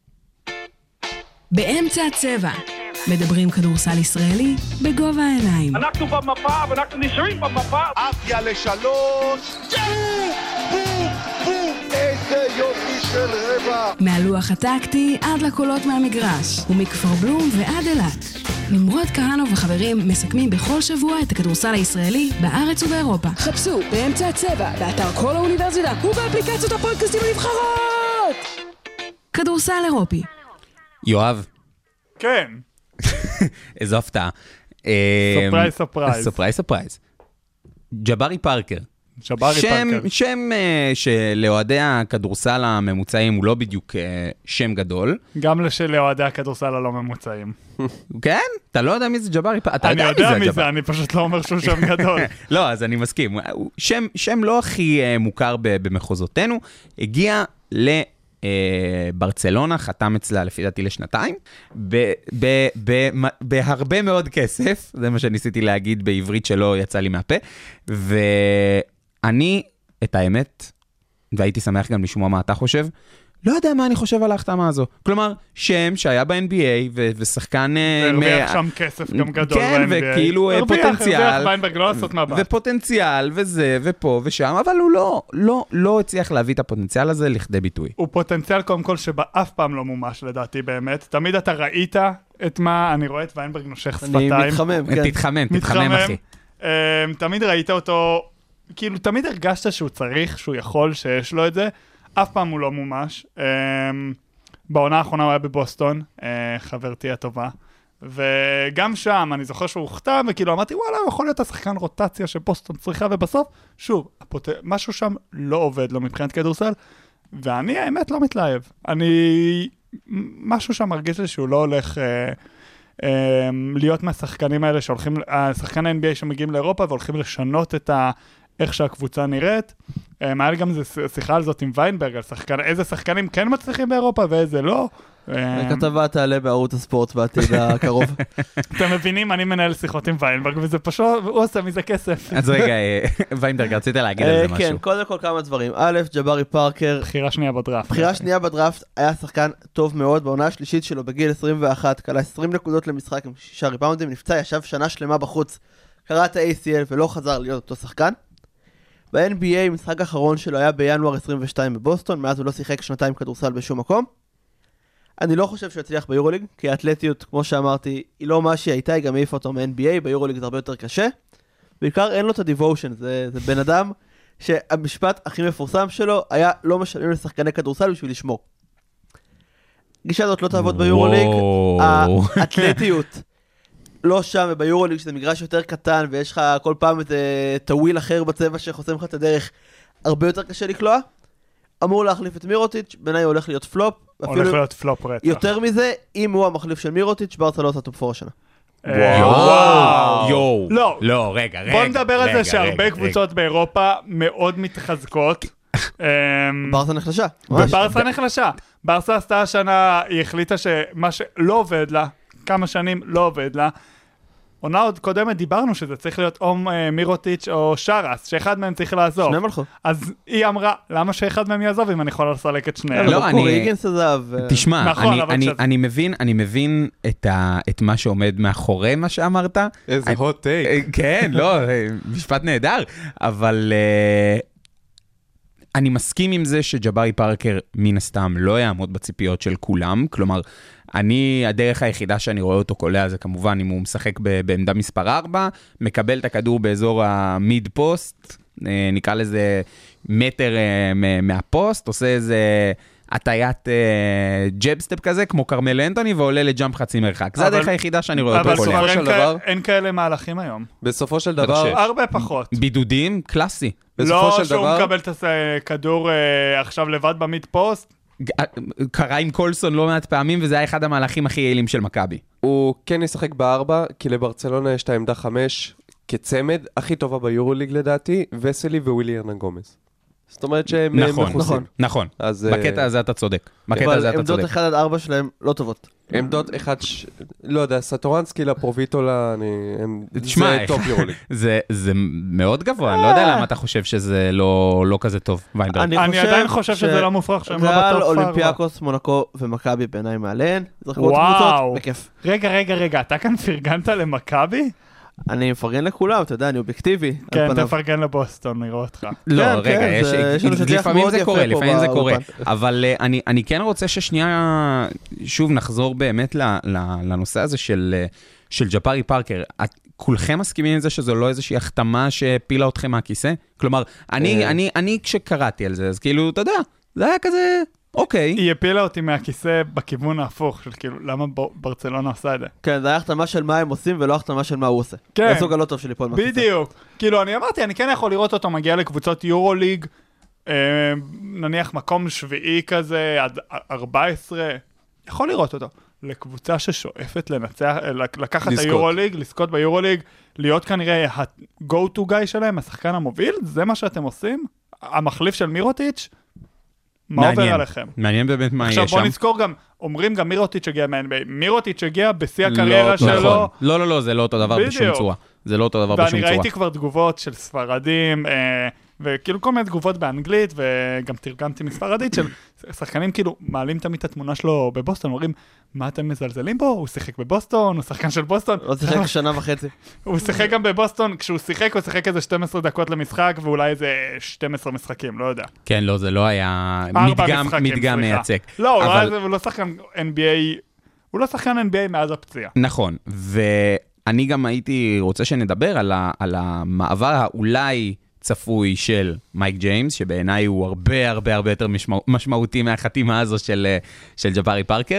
באמצע הצבע. מדברים כדורסל ישראלי בגובה העיניים. אנחנו במפה ואנחנו נשארים במפה. אפיה לשלוש. בום, בום, איזה יופי של רבע. מהלוח הטקטי עד לקולות מהמגרש, ומכפר בלום ועד אילת. נמרוד כהנוב וחברים מסכמים בכל שבוע את הכדורסל הישראלי בארץ ובאירופה. חפשו באמצע הצבע, באתר כל האוניברסיטה ובאפליקציות הפודקאסטים הנבחרות. כדורסל אירופי. יואב. כן. איזו הפתעה. סופרייז, סופרייז. סופרייז, סופרייז. ג'בארי פארקר. ג'בארי שם, פארקר. שם uh, שלאוהדי הכדורסל הממוצעים הוא לא בדיוק uh, שם גדול. גם לאוהדי הכדורסל הלא ממוצעים. כן? אתה לא יודע מי זה ג'בארי פארקר? אתה אני יודע יודע מי זה מי זה, ג'בארי. אני פשוט לא אומר שהוא שם גדול. לא, אז אני מסכים. הוא שם, שם לא הכי uh, מוכר ב- במחוזותינו. הגיע ל... ברצלונה, חתם אצלה לפי דעתי לשנתיים, ב- ב- ב- בהרבה מאוד כסף, זה מה שניסיתי להגיד בעברית שלא יצא לי מהפה, ואני, את האמת, והייתי שמח גם לשמוע מה אתה חושב, לא יודע מה אני חושב על ההחתמה הזו. כלומר, שם שהיה ב-אן בי איי ו- ושחקן... הרוויח שם כסף גם גדול כן, ב-אן בי איי. וכאילו הרוויח, פוטנציאל. הרוויח ויינברג לא לעשות מהבא. ופוטנציאל, וזה, ופה ושם, אבל הוא לא, לא, לא הצליח להביא את הפוטנציאל הזה לכדי ביטוי. הוא פוטנציאל קודם כל שבאף פעם לא מומש לדעתי באמת. תמיד אתה ראית את מה, אני רואה את ויינברג נושך שפתיים. אני מתחמם, כן. תתחמם, תתחמם אחי. אמ, תמיד ראית אותו, כאילו תמיד הרגשת שהוא צריך, שהוא יכול, שיש לו את זה. אף פעם הוא לא מומש. אמ, בעונה האחרונה הוא היה בבוסטון, אה, חברתי הטובה. וגם שם, אני זוכר שהוא הוכתם, וכאילו אמרתי, וואלה, הוא יכול להיות השחקן רוטציה שבוסטון צריכה, ובסוף, שוב, הפוט... משהו שם לא עובד לו מבחינת כדורסל, ואני האמת לא מתלהב. אני... משהו שם מרגיש לי שהוא לא הולך אה, אה, להיות מהשחקנים האלה שהולכים, השחקן ה-אן בי איי שמגיעים לאירופה, והולכים לשנות את ה... איך שהקבוצה נראית. היה לי גם שיחה על זאת עם ויינברג, על שחקן, איזה שחקנים כן מצליחים באירופה ואיזה לא. הכתבה תעלה בערוץ הספורט בעתיד הקרוב. אתם מבינים, אני מנהל שיחות עם ויינברג, וזה פשוט, הוא עושה מזה כסף. אז רגע, ויינברג, רצית להגיד על זה משהו. כן, קודם כל כמה דברים. א', ג'בארי פארקר. בחירה שנייה בדראפט. בחירה שנייה בדראפט, היה שחקן טוב מאוד, בעונה השלישית שלו בגיל עשרים ואחת, קלה עשרים נקודות למשחק עם שישה ריבאונדים, נפצע, ישב שנה שלמה בחוץ, קרא את ה-איי סי אל ולא חזר להיות אותו שחקן. ב-אן בי איי, משחק האחרון שלו היה בינואר עשרים ושתיים בבוסטון, מאז הוא לא שיחק שנתיים כדורסל בשום מקום. אני לא חושב שהוא יצליח ביורוליג, כי האתלטיות, כמו שאמרתי, היא לא מה שהיא הייתה, היא גם העיפה אותו מ-אן בי איי, ביורוליג זה הרבה יותר קשה. בעיקר אין לו את הדיבושן, זה, זה בן אדם שהמשפט הכי מפורסם שלו היה לא משלמים לשחקני כדורסל בשביל לשמור. גישה הזאת לא תעבוד ביורוליג, האתלטיות לא שם, וביורוליג שזה מגרש יותר קטן, ויש לך כל פעם איזה טוויל אחר בצבע שחוסם לך את הדרך, הרבה יותר קשה לקלוע. אמור להחליף את מירוטיץ', בעיניי הוא הולך להיות פלופ. הולך להיות פלופ רצח. יותר מזה, אם הוא המחליף של מירוטיץ', ברסה לא עושה טופ פור השנה. וואו. יואו. לא. לא, רגע, רגע. בוא נדבר על זה רגע, שהרבה רגע, קבוצות באירופה מאוד מתחזקות. ברסה נחלשה. ברסה נחלשה. ברסה עשתה השנה, היא החליטה שמה שלא עובד לה, כמה שנים לא עובד לה. עונה עוד קודמת דיברנו שזה צריך להיות או מירוטיץ' או שרס, שאחד מהם צריך לעזוב. שניהם הלכו. אז היא אמרה, למה שאחד מהם יעזוב אם אני יכול לסלק את שניהם? לא, אני... היגינס עזב. תשמע, נכון, אני, אבל אני, כשאת- אני מבין, אני מבין את, ה, את מה שעומד מאחורי מה שאמרת. איזה אני- hot take. כן, לא, משפט נהדר, אבל uh, אני מסכים עם זה שג'בארי פארקר מן הסתם לא יעמוד בציפיות של כולם, כלומר, אני, הדרך היחידה שאני רואה אותו קולע זה כמובן אם הוא משחק ב- בעמדה מספר ארבע, מקבל את הכדור באזור המיד פוסט, אה, נקרא לזה מטר אה, מ- מהפוסט, עושה איזה הטיית אה, ג'בסטפ כזה, כמו קרמל אנטוני, ועולה לג'אמפ חצי מרחק. זה אבל- הדרך היחידה שאני רואה אבל אותו קולע. כבר של אין דבר- כ- אין כאלה מהלכים היום. בסופו של בטח דבר, שיש. הרבה פחות. בידודים, קלאסי. בסופו לא של שהוא דבר, מקבל את הכדור אה, עכשיו לבד במיד פוסט. קרה עם קולסון לא מעט פעמים, וזה היה אחד המהלכים הכי יעילים של מכבי. הוא כן ישחק בארבע, כי לברצלונה יש את העמדה חמש כצמד, הכי טובה ביורוליג לדעתי, וסלי ווילי הרנן גומז. זאת אומרת שהם נכון, מכוסים. נכון. אז, בקטע אה, הזה אתה צודק. בקטע אבל הזה אתה עמדות צודק. אחת עד ארבע שלהם לא טובות. עמדות אחד, ש... לא יודע, סטורנסקי לפרוביטולה, אני... הם... תשמע, זה טופ יורוליג. זה, זה מאוד גבוה, אני לא יודע למה אתה חושב שזה לא, לא כזה טוב, ויינברג. אני עדיין חושב שזה לא מופרך שהם לא בטופ ריאל, ארבע. אולימפיאקוס, מונקו ומכבי בעיניי מעליהן. זה קבוצות וואו. בכיף. רגע, רגע, רגע, אתה כאן פרגנת למכבי? אני מפרגן לכולם, אתה יודע, אני אובייקטיבי. על כן, פניו. תפרגן לבוסטון, נראה אותך. לא, כן, רגע, כן, יש, זה- יש לנו שטיח לפעמים מאוד זה יפה קורה, פה לפעמים זה קורה, באולפן. אבל uh, אני, אני כן רוצה ששנייה, שוב נחזור באמת ל, ל, לנושא הזה של, uh, של ג'בארי פארקר. את, כולכם מסכימים עם זה שזו לא איזושהי החתמה שהפילה אתכם מהכיסא? כלומר, אני, אני, אני כשקראתי על זה, אז כאילו, אתה יודע, זה היה כזה, אוקיי. היא הפילה אותי מהכיסא בכיוון ההפוך, של כאילו, למה ב- ברצלונה עושה את זה? כן, זה היה החתמה של מה הם עושים ולא החתמה של מה הוא עושה. כן. זה הסוג הלא טוב של ליפול מהכיסא. בדיוק. כאילו, אני אמרתי, אני כן יכול לראות אותו מגיע לקבוצות יורוליג, אה, נניח מקום שביעי כזה, עד ארבע עשרה, יכול לראות אותו. לקבוצה ששואפת לנצח, לקחת את לזכות. היורוליג, לזכות ביורוליג, להיות כנראה ה-go to guy שלהם, השחקן המוביל, זה מה שאתם עושים? המחליף של מירוטיץ'? מה עובר מעניין. עליכם? מעניין באמת מה עכשיו יהיה בוא שם. נזכור גם, אומרים גם מירוטיץ' הגיע מה-אן בי איי. מירוטיץ' הגיע בשיא לא, הקריירה נכון. שלו, לא, לא, לא, זה לא אותו דבר בשום בדיוק. צורה. זה לא אותו דבר בשום ואני צורה. ראיתי כבר תגובות של ספרדים, אה, וכאילו כל מיני תגובות באנגלית, וגם תרגמתי מספרדית של שחקנים כאילו מעלים תמיד את התמונה שלו בבוסטון, אומרים, מה אתם מזלזלים בו? הוא שיחק בבוסטון, הוא שחקן של בוסטון. לא שיחק שנה וחצי. הוא שיחק גם בבוסטון, כשהוא שיחק, הוא שיחק איזה שתים עשרה דקות למשחק, ואולי איזה שתים עשרה משחקים, לא יודע. כן, לא, זה לא היה ארבע מדגם, משחקים, מדגם סליחה. מייצג. לא, הוא אבל- לא- הוא לא שחקן אן בי איי, הוא לא שחקן אן בי איי מאז הפציעה. נכון, ואני גם הייתי רוצה שנדבר על, ה, על המעבר האולי צפוי של מייק ג'יימס, שבעיניי הוא הרבה הרבה הרבה יותר משמע, משמעותי מהחתימה הזו של, אה, של ג'בארי פארקר,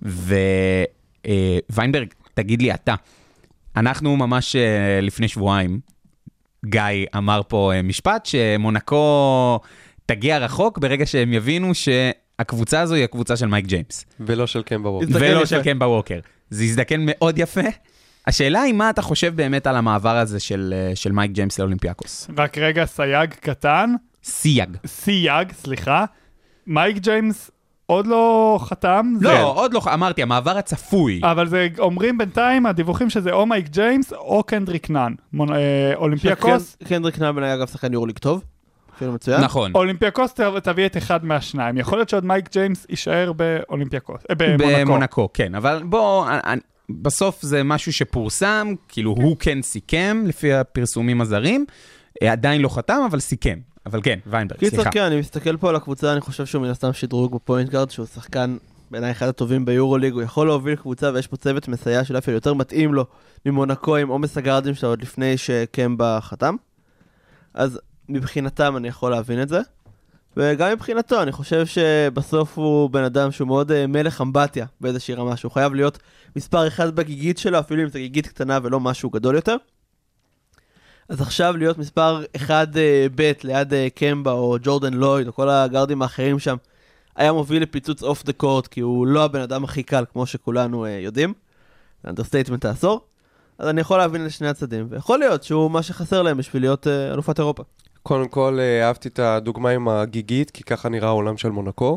וויינברג, תגיד לי אתה, אנחנו ממש אה, לפני שבועיים, גיא אמר פה אה, משפט שמונקו תגיע רחוק ברגע שהם יבינו שהקבוצה הזו היא הקבוצה של מייק ג'יימס. ולא של קמבה ווקר. הזדקן ולא יפה. של קמבה ווקר. זה הזדקן מאוד יפה. השאלה היא מה אתה חושב באמת על המעבר הזה של, אה, של מייק ג'יימס לאולימפיאקוס. רק רגע, סייג קטן, סייג. סייג, סליחה, מייק ג'יימס עוד לא חתם. לא, זה- עוד לא, אמרתי, המעבר הצפוי. אבל זה אומרים בינתיים, הדיווחים שזה או מייק ג'יימס או קנדריק נאן. מונ- אה, אולימפיאקוס, קנ- קנדריק נאמן היה אגב שחקן יורוליג טוב. אפילו מצוין. נכון. אולימפיאקוס ת- תביא את אחד מהשניים. יכול להיות שעוד מייק ג'יימס יישאר באולימפיאקוס, אה, במונקו. במונקו, כן. אבל בוא, אני- בסוף זה משהו שפורסם, כאילו הוא כן סיכם, לפי הפרסומים הזרים. אה, עדיין לא חתם, אבל סיכם. אבל כן, ויינברג, קיצר, סליחה. כן, אני מסתכל פה על הקבוצה, אני חושב שהוא מן הסתם שדרוג בפוינט גארד, שהוא שחקן בעיניי אחד הטובים ביורוליג, הוא יכול להוביל קבוצה ויש פה צוות מסייע של אפילו יותר מתאים לו ממונקו עם עומס הגארדים שלו עוד לפני שקמבה חתם. אז מבחינתם אני יכול להבין את זה. וגם מבחינתו, אני חושב שבסוף הוא בן אדם שהוא מאוד uh, מלך אמבטיה באיזושהי רמה, שהוא חייב להיות מספר אחד בגיגית שלו, אפילו אם זה גיגית קטנה ולא משהו גדול יותר. אז עכשיו להיות מספר אחד uh, ב' ליד uh, קמבה או ג'ורדן לויד או כל הגארדים האחרים שם, היה מוביל לפיצוץ אוף דה קורט, כי הוא לא הבן אדם הכי קל, כמו שכולנו uh, יודעים. זה אנדרסטייטמנט העשור. אז אני יכול להבין לשני הצדדים, ויכול להיות שהוא מה שחסר להם בשביל להיות uh, אלופת אירופה. קודם כל, אהבתי את הדוגמה עם הגיגית, כי ככה נראה העולם של מונקו.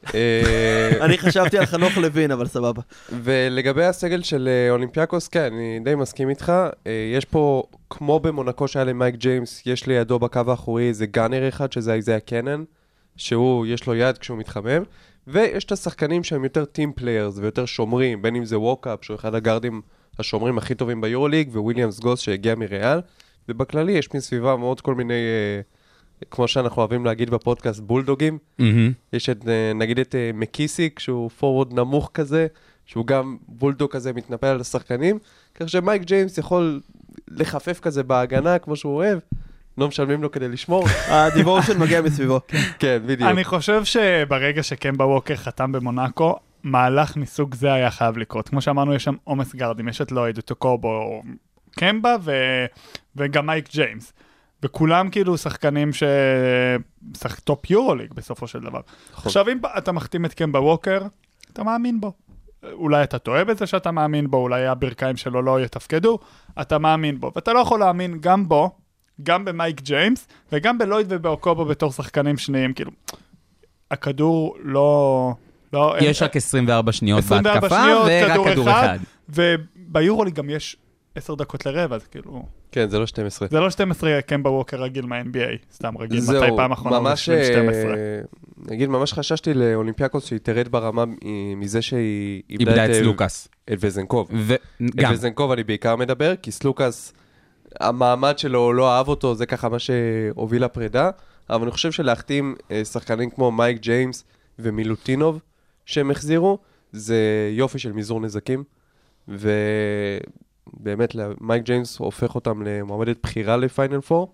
אני חשבתי על חנוך לוין, אבל סבבה. ולגבי הסגל של אולימפיאקוס, כן, אני די מסכים איתך. יש פה, כמו במונקו שהיה למייק ג'יימס, יש לידו בקו האחורי איזה גאנר אחד, שזה איזיה קנן, שהוא, יש לו יד כשהוא מתחמם, ויש את השחקנים שהם יותר טים פליירס ויותר שומרים, בין אם זה ווקאפ, שהוא אחד הגארדים השומרים הכי טובים ביורוליג, וויליאמס גוס שהגיע מריאל. ובכללי יש מסביבה מאוד כל מיני, uh, כמו שאנחנו אוהבים להגיד בפודקאסט, בולדוגים. Mm-hmm. יש את, uh, נגיד את uh, מקיסיק, שהוא פורוורד נמוך כזה, שהוא גם בולדוג כזה מתנפל על השחקנים, כך שמייק ג'יימס יכול לחפף כזה בהגנה כמו שהוא אוהב, לא משלמים לו כדי לשמור. הדיבורשן מגיע מסביבו. כן, בדיוק. אני חושב שברגע שקמבה ווקר חתם במונאקו, מהלך מסוג זה היה חייב לקרות. כמו שאמרנו, יש שם עומס גארדים, יש את לויד, את קובו, קמבה ו... וגם מייק ג'יימס. וכולם כאילו שחקנים ש... שחק... טופ יורוליג בסופו של דבר. עכשיו, אם אתה מחתים את קמבה ווקר, אתה מאמין בו. אולי אתה טועה בזה שאתה מאמין בו, אולי הברכיים שלו לא יתפקדו, אתה מאמין בו. ואתה לא יכול להאמין גם בו, גם במייק ג'יימס, וגם בלויד ובאוקובו בתור שחקנים שניים. כאילו, הכדור לא... לא יש רק עשרים וארבע שניות בהתקפה, ורק כדור אחד. וביורוליג גם יש עשר דקות לרבע, אז כאילו... כן, זה לא שתים עשרה. זה לא שתים עשרה, קמבה ווקר רגיל מה-אן בי איי, סתם רגיל, מתי פעם אחרונה ממש, שתים עשרה. נגיד, ממש חששתי לאולימפיאקוס שהיא תרד ברמה מזה שהיא איבדה את סלוקאס. את וזנקוב. את וזנקוב אני בעיקר מדבר, כי סלוקאס, המעמד שלו לא אהב אותו, זה ככה מה שהוביל לפרידה, אבל אני חושב שלהחתים שחקנים כמו מייק ג'יימס ומילוטינוב שהם החזירו, זה יופי של מזעור נזקים, ו... באמת, מייק ג'יימס הופך אותם למועמדת בחירה לפיינל פור,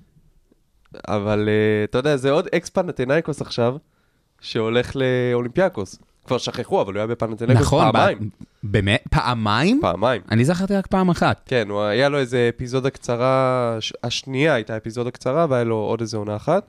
אבל אתה יודע, זה עוד אקס פנתנאיקוס עכשיו, שהולך לאולימפיאקוס. כבר שכחו, אבל הוא היה בפנתנאיקוס נכון, פעמיים. נכון, באמת? פעמיים? פעמיים. אני זכרתי רק פעם אחת. כן, הוא היה לו איזה אפיזודה קצרה, השנייה הייתה אפיזודה קצרה, והיה לו עוד איזה עונה אחת.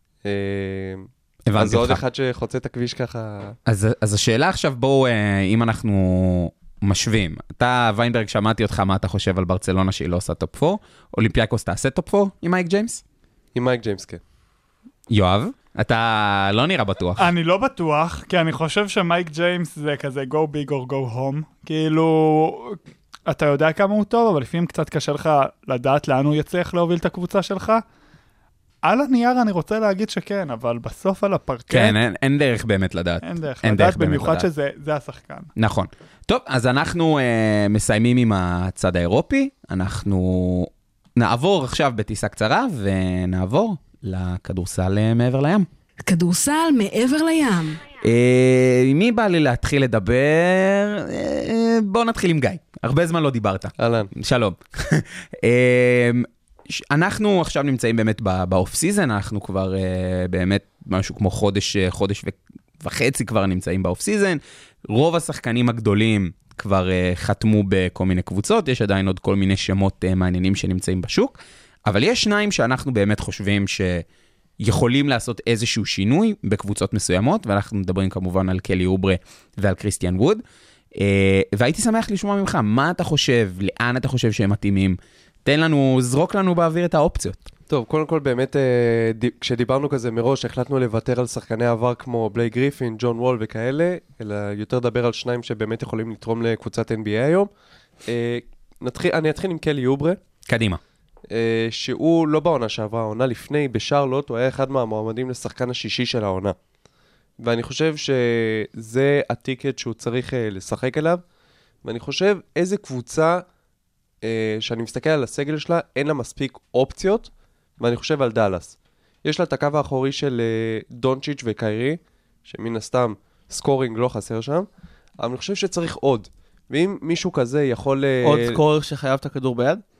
אז זה עוד אחד שחוצה את הכביש ככה. אז, אז השאלה עכשיו, בואו, אם אנחנו... משווים. אתה, ויינברג, שמעתי אותך מה אתה חושב על ברצלונה שהיא לא עושה טופ ארבע. אולימפיאקוס תעשה טופ ארבע עם מייק ג'יימס? עם מייק ג'יימס, כן. יואב, אתה לא נראה בטוח. אני לא בטוח, כי אני חושב שמייק ג'יימס זה כזה go big or go home. כאילו, אתה יודע כמה הוא טוב, אבל לפעמים קצת קשה לך לדעת לאן הוא יצליח להוביל את הקבוצה שלך. על הנייר אני רוצה להגיד שכן, אבל בסוף על הפרקט... כן, אין, אין דרך באמת לדעת. אין דרך אין לדעת, דרך במיוחד לדעת. שזה זה השחקן. נכון. טוב, אז אנחנו אה, מסיימים עם הצד האירופי. אנחנו נעבור עכשיו בטיסה קצרה, ונעבור לכדורסל מעבר לים. כדורסל מעבר לים. אה, מי בא לי להתחיל לדבר? אה, בואו נתחיל עם גיא. הרבה זמן לא דיברת. אהלן. שלום. אה, אנחנו עכשיו נמצאים באמת באוף סיזן, אנחנו כבר uh, באמת משהו כמו חודש, חודש וחצי כבר נמצאים באוף סיזן, רוב השחקנים הגדולים כבר uh, חתמו בכל מיני קבוצות, יש עדיין עוד כל מיני שמות uh, מעניינים שנמצאים בשוק, אבל יש שניים שאנחנו באמת חושבים שיכולים לעשות איזשהו שינוי בקבוצות מסוימות, ואנחנו מדברים כמובן על קלי אוברה ועל קריסטיאן ווד, uh, והייתי שמח לשמוע ממך, מה אתה חושב, לאן אתה חושב שהם מתאימים, תן לנו, זרוק לנו באוויר את האופציות. טוב, קודם כל באמת, כשדיברנו כזה מראש, החלטנו לוותר על שחקני עבר כמו בלייק גריפין, ג'ון וול וכאלה, אלא יותר לדבר על שניים שבאמת יכולים לתרום לקבוצת אן בי איי היום. נתחיל, אני אתחיל עם קלי אוברה. קדימה. שהוא לא בעונה שעברה, העונה לפני, בשרלוט, הוא היה אחד מהמועמדים לשחקן השישי של העונה. ואני חושב שזה הטיקט שהוא צריך לשחק אליו, ואני חושב איזה קבוצה... שאני מסתכל על הסגל שלה, אין לה מספיק אופציות, ואני חושב על דלס. יש לה את הקו האחורי של דונצ'יץ' וקיירי, שמן הסתם סקורינג לא חסר שם, אבל אני חושב שצריך עוד. ואם מישהו כזה יכול... עוד סקורר שחייב את הכדור ביד?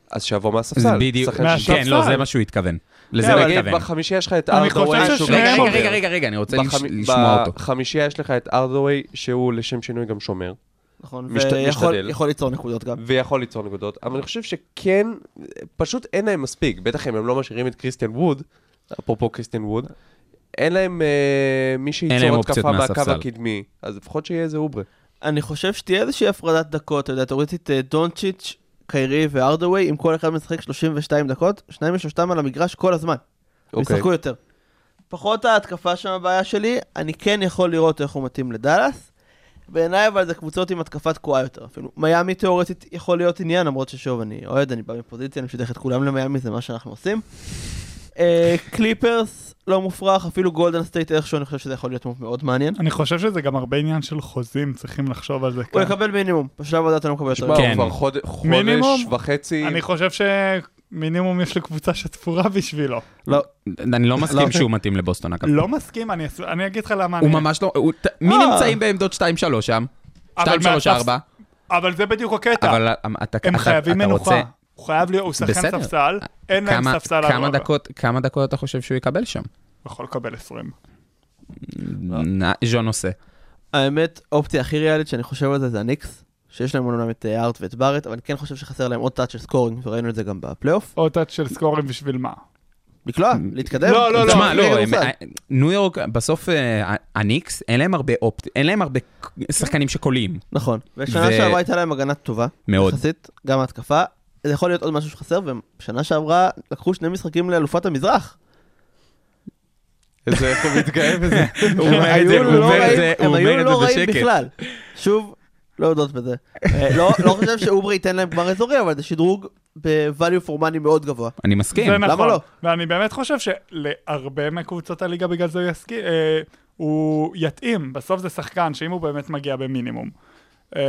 אז שיבוא מהספסל. בדיוק, שחקן שישי. כן, לא, זה מה שהוא התכוון. לזה כן, הוא אבל התכוון. בחמישייה יש לך את אני ארדווי חושב שהוא ששניהם גם רגע, שומר. רגע, רגע, רגע, אני רוצה בחמ- לשמוע אותו. בחמישייה יש לך את ארדווי שהוא לשם שינוי גם שומר. נכון, משת- ויכול משתדל. יכול ליצור נקודות גם. ויכול ליצור נקודות, אבל אני חושב שכן, פשוט אין להם מספיק, בטח אם הם לא משאירים את קריסטיאן ווד, אפרופו קריסטיאן ווד, אין להם אה, מי אין להם שייצור אופציות התקפה מהקו מהספסל. הקדמי, אז לפחות שיהיה איזה אוברה. אני חושב שתהיה איזושהי הפרדת דקות, אתה יודע, תוריד את אה, דונצ'יץ', קיירי וארדווי, אם כל אחד משחק שלושים ושתיים דקות, שניים ושלושתם על המגרש כל הזמן. אוקיי. ישחקו יותר. פחות ההתקפה שם הבעיה שלי, אני כן יכול לראות איך הוא מתאים לדלס. בעיניי אבל זה קבוצות עם התקפה תקועה יותר אפילו. מיאמי תיאורטית יכול להיות עניין, למרות ששוב אני אוהד, אני בא מפוזיציה, אני משדך את כולם למיאמי, זה מה שאנחנו עושים. אה, קליפרס לא מופרך, אפילו גולדן סטייט איכשהו, אני חושב שזה יכול להיות מאוד מעניין. אני חושב שזה גם הרבה עניין של חוזים, צריכים לחשוב על זה הוא כאן. יקבל מינימום, בשלב הזה אתה לא מקבל יותר. שמע, כן. הוא כבר חוד- חודש מינימום? וחצי, אני חושב שמינימום יש לקבוצה שתפורה בשבילו. לא, אני לא מסכים לא. שהוא מתאים לבוסטון. אגב. לא מסכים, אני אס- אני אגיד לך למה הוא אני... ממש לא... הוא- ת- מי אה. נמצאים בעמדות שתיים שלוש שם? אבל שתיים שלוש מהספס- ארבע? אבל זה בדיוק הקטע. אבל אתה הם אתה- חייבים אתה רוצה- מנוחה. הוא חייב להיות, הוא שחקן בסדר. ספסל, אין להם כמה- ספסל. כמה על- דקות- כמה דקות אתה חושב שהוא יקבל שם? הוא יכול לקבל עשרים. נ- ז'ון עושה. האמת, אופציה הכי ריאלית שאני חושב על זה זה הניקס, שיש להם אומנם את אה, ארט ואת בארט, אבל אני כן חושב שחסר להם עוד טאץ' של סקורינג, וראינו את זה גם בפלייאוף. או טאץ' של סקורים בשביל מה? לקלוע, להתקדם. לא, לא, לא. תשמע, לא, רגע הם- מושג. ניו יורק, בסוף אה, הניקס, אין להם הרבה אופט, אין להם הרבה שחקנים שקולים. נכון, ושנה ו- שעברה הייתה להם הגנה טובה. מאוד. יחסית, גם ההתקפה. זה יכול להיות עוד משהו שחסר, ושנה שעברה לקחו שני משחקים לאלופת המזרח. איזה איך הוא מתגאה בזה. הוא הם אומר את זה, היו הוא לא אומר את רעים- זה, הם הוא היו אומר את לא זה רעים בשקט. בכלל. שוב, לא יודעות בזה. אה, לא לא חושב שאוברי ייתן להם גמר אזורי, אבל זה שדרוג ב-value for money מאוד גבוה. אני מסכים. זה למה נכון. לא? ואני באמת חושב שלהרבה מקבוצות הליגה בגלל זה הוא יסכים, אה, הוא יתאים. בסוף זה שחקן שאם הוא באמת מגיע במינימום. אה,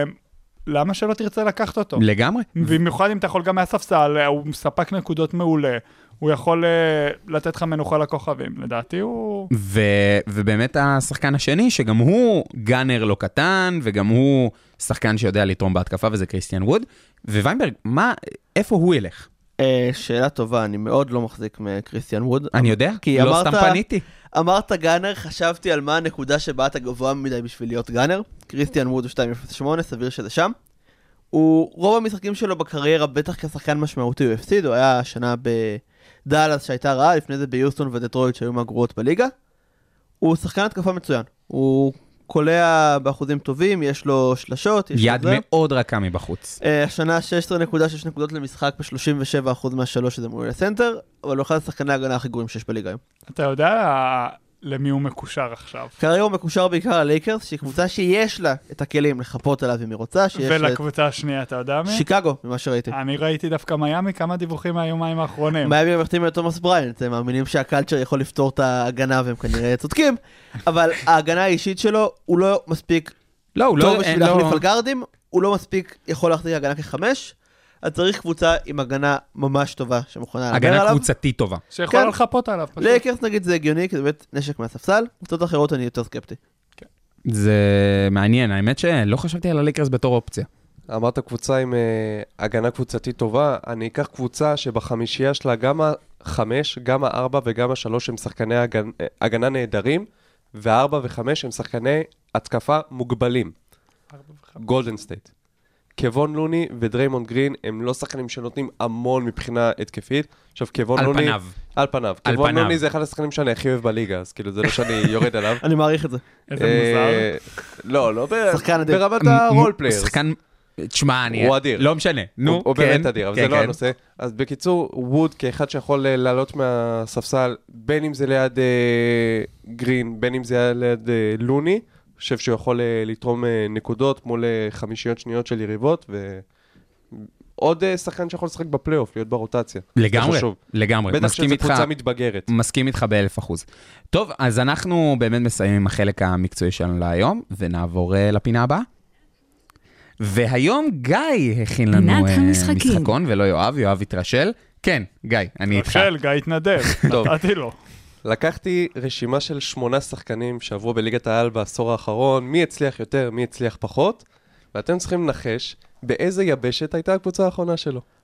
למה שלא תרצה לקחת אותו? לגמרי. במיוחד אם אתה יכול גם מהספסל, אה, הוא מספק נקודות מעולה. הוא יכול אה, לתת לך מנוחה לכוכבים. לדעתי הוא... ו- ובאמת השחקן השני, שגם הוא גאנר לא קטן, וגם הוא שחקן שיודע לתרום בהתקפה, וזה קריסטיאן ווד. וויינברג, מה, איפה הוא ילך? אה, שאלה טובה, אני מאוד לא מחזיק מקריסטיאן ווד. אני יודע, כי לא אמרת- סתם פניתי. אמרת גאנר, חשבתי על מה הנקודה שבה אתה גבוה מדי בשביל להיות גאנר. קריסטיאן ווד הוא שתיים אפס שמונה, סביר שזה שם. הוא, רוב המשחקים שלו בקריירה, בטח כשחקן משמעותי הוא הפסיד, הוא היה שנה בדאלאס שהייתה רעה, לפני זה ביוסטון ודטרויט שהיו מהגרועות בליגה. הוא שחקן התקפה מצוין. הוא קולע באחוזים טובים, יש לו שלשות, יש לו יד זה. מאוד רכה מבחוץ. אה, השנה שש עשרה נקודה שש נקודות למשחק ב-שלושים ושבע אחוז מהשלוש שזה מול הסנטר, אבל הוא אחד השחקני ההגנה הכי גרועים שיש בליגה היום. אתה יודע למי הוא מקושר עכשיו. כרגע הוא מקושר בעיקר ללייקרס, שהיא קבוצה שיש לה את הכלים לחפות עליו אם היא רוצה, שיש לה את ולקבוצה השנייה, אתה יודע מי? שיקגו, ממה שראיתי. אני ראיתי דווקא מיאמי, כמה דיווחים מהיומיים האחרונים. מיאמי מחתימים את תומאס בריינט, הם מאמינים שהקלצ'ר יכול לפתור את ההגנה והם כנראה צודקים, אבל ההגנה האישית שלו הוא לא מספיק לא, הוא טוב לא... בשביל אין להחליף לו- על גארדים, הוא לא מספיק יכול להחזיק הגנה כחמש, אז צריך קבוצה עם הגנה ממש טובה שמוכנה לדבר הגנה עליו. קבוצתית טובה. שיכולה כן. לחפות עליו. פשוט. לייקרס נגיד זה הגיוני, כי זה באמת נשק מהספסל, קבוצות אחרות אני יותר סקפטי. זה מעניין, האמת שלא חשבתי על הלייקרס בתור אופציה. אמרת קבוצה עם uh, הגנה קבוצתית טובה, אני אקח קבוצה שבחמישייה שלה גם החמש, גם הארבע וגם השלוש הם שחקני הגנ... הגנה נהדרים, והארבע וחמש הם שחקני התקפה מוגבלים. גולדן סטייט. קוון לוני ודריימונד גרין הם לא שחקנים שנותנים המון מבחינה התקפית. עכשיו קוון על לוני... פניו. על פניו. על קוון פניו. לוני זה אחד השחקנים שאני הכי אוהב בליגה, אז כאילו זה לא שאני יורד עליו. אני מעריך את זה. איזה מוזר. אה, לא, לא ב- שחקן אדיר. ברמת מ- הרול מ- פליירס. שחקן... תשמע, אני... הוא אדיר. לא משנה. נו, הוא, הוא כן, באמת אדיר, אבל כן, זה לא כן. הנושא. אז בקיצור, ווד כאחד שיכול אה, לעלות מהספסל, בין אם זה ליד אה, גרין, בין אם זה ליד אה, לוני, אני חושב שהוא יכול אה, לתרום אה, נקודות מול אה, חמישיות שניות של יריבות, ועוד אה, שחקן שיכול לשחק בפלייאוף, להיות ברוטציה. זה לגמרי, חשוב. לגמרי. בטח מסכים שזו איתך. קבוצה מתבגרת. מסכים איתך באלף אחוז. טוב, אז אנחנו באמת מסיימים עם החלק המקצועי שלנו להיום, ונעבור uh, לפינה הבאה. והיום גיא הכין לנו פינת uh, המשחקים. משחקון, ולא יואב, יואב התרשל. כן, גיא, אני איתך. רשל, גיא התנדב. טוב. נתתי לו. לקחתי רשימה של שמונה שחקנים שעברו בליגת העל בעשור האחרון, מי הצליח יותר, מי הצליח פחות, ואתם צריכים לנחש באיזה יבשת הייתה הקבוצה האחרונה שלו.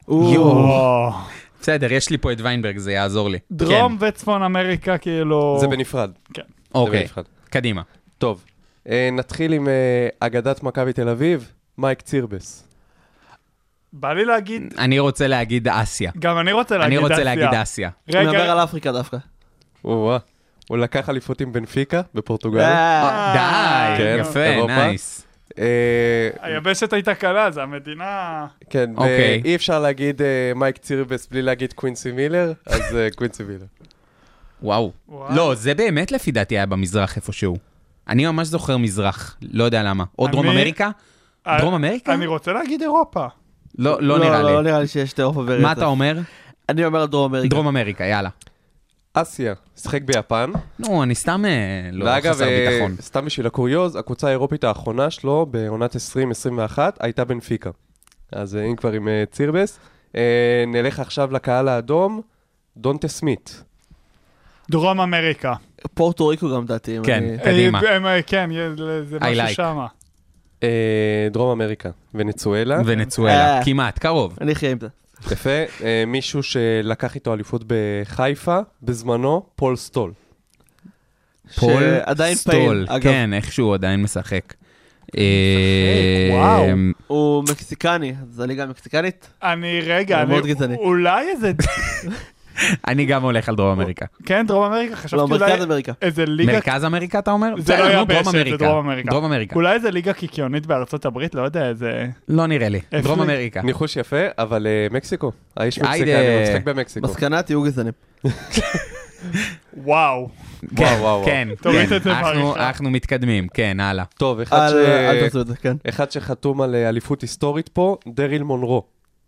או, בסדר, יש לי פה את ויינברג, זה יעזור לי. דרום וצפון אמריקה כאילו... זה בנפרד. כן. אוקיי, בנפרד. קדימה. טוב, אה, נתחיל עם אה, אגדת מכבי תל אביב, מייק צירבס. בא לי להגיד... אני רוצה להגיד אסיה. גם אני רוצה להגיד אני אסיה. רוצה להגיד אסיה. הוא מדבר רגע, על אפריקה דווקא. או-אה. הוא לקח אליפות עם בנפיקה בפורטוגל. אה, די, כן, יפה, אירופה. נייס. אה, היבשת הייתה קלה, זה המדינה... כן, אוקיי. ואי אפשר להגיד אה, מייק צירבס בלי להגיד קווינסי מילר, אז אה, קווינסי מילר. וואו. וואו. לא, זה באמת לפי דעתי היה במזרח איפשהו. אני ממש זוכר מזרח, לא יודע למה. או דרום אני- אמריקה? דרום אמריקה? אני רוצה להגיד אירופה. לא, לא נראה לא לי. נראה לי שיש אירופה ורצף. מה אתה אומר? אני אומר על דרום אמריקה. דרום אמריקה, יאללה. אסיה, שחק ביפן. נו, אני סתם אה, לא ואגב, חסר אה, ביטחון. סתם בשביל הקוריוז, הקבוצה האירופית האחרונה שלו בעונת עשרים עשרים ואחת הייתה בנפיקה. אז אה, אם כבר עם אה, צירבס. אה, נלך עכשיו לקהל האדום, דונטה סמית. דרום אמריקה. פורטו ריקו גם דעתי. אם כן. אני- קדימה. אה, אה, כן, זה I משהו like. שמה. אה, דרום אמריקה, ונצואלה. ונצואלה, אה. כמעט, קרוב. אני אחיה עם זה. יפה, אה, מישהו שלקח איתו אליפות בחיפה, בזמנו, פול סטול. פול שעדיין סטול, פעיל, אגב. כן, איכשהו הוא עדיין משחק. אה, וואו. הוא מקסיקני, אז הליגה המקסיקנית. אני, רגע, זה מאוד אני- גזעני. אולי איזה... אני גם הולך על דרום אמריקה. כן, דרום אמריקה, חשבתי לא, אולי... מרכז אמריקה. איזה ליגה... מרכז אמריקה אתה אומר? זה בסדר, לא נו, יבשת, דרום זה אמריקה. דרום אמריקה. דרום אמריקה. אולי איזה ליגה קיקיונית בארצות הברית, לא יודע, איזה... לא נראה לי. איפה דרום היא? אמריקה. ניחוש יפה, אבל אה, מקסיקו. האיש היידה. מקסיקני, הוא משחק במקסיקו. מסקנה, תהיו גזענים. וואו. כן, וואו, וואו. כן, תוריד כן. את זה אנחנו- בעריכה. אנחנו מתקדמים, כן, הלאה. טוב, אחד אל ש- אל תעשו את זה, כן. אחד שחתום על אה, אליפות היסטורית פה, דריל מונרו.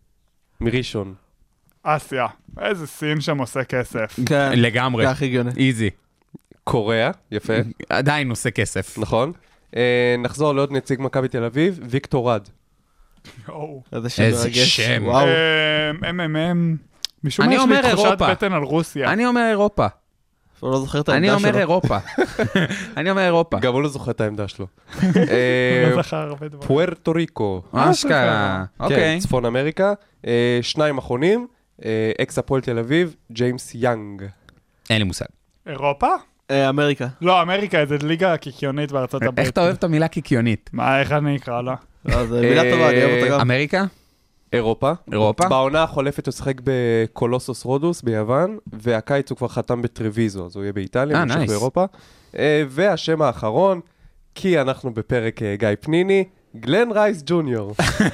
מראשון. אסיה. איזה סין שם עושה כסף. כן. לגמרי. זה הכי הגיוני. איזי. קוריאה, יפה, עדיין עושה כסף. נכון. אה, נחזור לעוד נציג מכבי תל אביב, ויקטור רד. יואו. איזה שם איזה מרגש. שם. וואו. אם אם אם... משום אני מה יש לי אומר תחושת אירופה. בטן על רוסיה. אני אומר אירופה. הוא לא זוכר את אני העמדה אומר שלו. אירופה. אני אומר אירופה. גם הוא לא זוכר את העמדה שלו. לא אה, זכר הרבה דברים. פוארטו ריקו. אשכרה. כן, אוקיי. צפון אמריקה. אה, שניים אחרונים, אה, אקס הפועל תל אביב, ג'יימס יאנג. אין לי מושג. אירופה? אה, אמריקה. לא, אמריקה, איזה ליגה קיקיונית בארצות הברית. איך אתה אוהב את המילה קיקיונית? מה, איך אני אקרא לה? לא, זה מילה טובה, אני אוהב אותה גם. אמריקה? אירופה. אירופה? בעונה החולפת הוא שחק בקולוסוס רודוס ביוון, והקיץ הוא כבר חתם בטרוויזו, אז הוא יהיה באיטליה, אה, ממשיך נייס. באירופה. אה, והשם האחרון, כי אנחנו בפרק אה, גיא פניני, גלן רייס ג'וניור.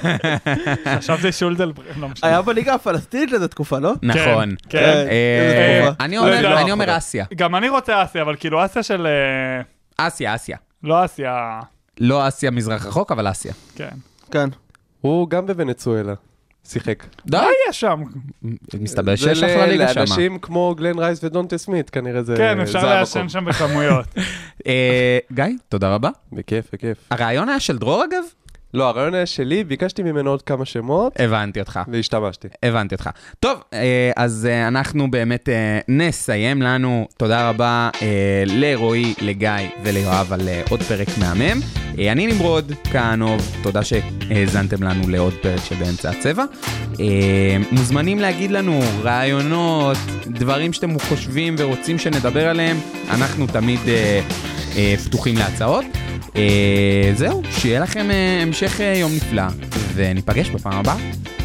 חשבתי שולדל... לא משנה. היה בליגה הפלסטינית לזה תקופה, לא? נכון. כן. כן. אה, איזה תקופה. אני לא יודע. אומר- אני אומר אסיה. גם אני רוצה אסיה, אבל כאילו אסיה של... אה, אסיה, אסיה. לא אסיה... לא אסיה מזרח רחוק, אבל אסיה. כן. כן. הוא גם בוונצואלה, שיחק. די. מה יש שם? מסתבר זה שיש ל- אחלה ליגה שם. לאנשים כמו גלן רייס ודונטה סמית, כנראה זה כן, אפשר זה לעשן המקום. שם בכמויות. אה, גיא, תודה רבה. בכיף, בכיף. הרעיון היה של דרור אגב? לא, הרעיון היה שלי, ביקשתי ממנו עוד כמה שמות, הבנתי אותך. והשתמשתי. הבנתי אותך. טוב, אה, אז אה, אנחנו באמת אה, נסיים לנו. תודה רבה אה, לרועי, לגיא וליואב על אה, עוד פרק מהמם. אה, אני נמרוד כהנוב, תודה שהאזנתם לנו לעוד פרק של באמצע הצבע. אה, מוזמנים להגיד לנו רעיונות, דברים שאתם חושבים ורוצים שנדבר עליהם. אנחנו תמיד אה, אה, פתוחים להצעות. אה, זהו, שיהיה לכם אה, המשך אה, יום נפלא, וניפגש בפעם הבאה.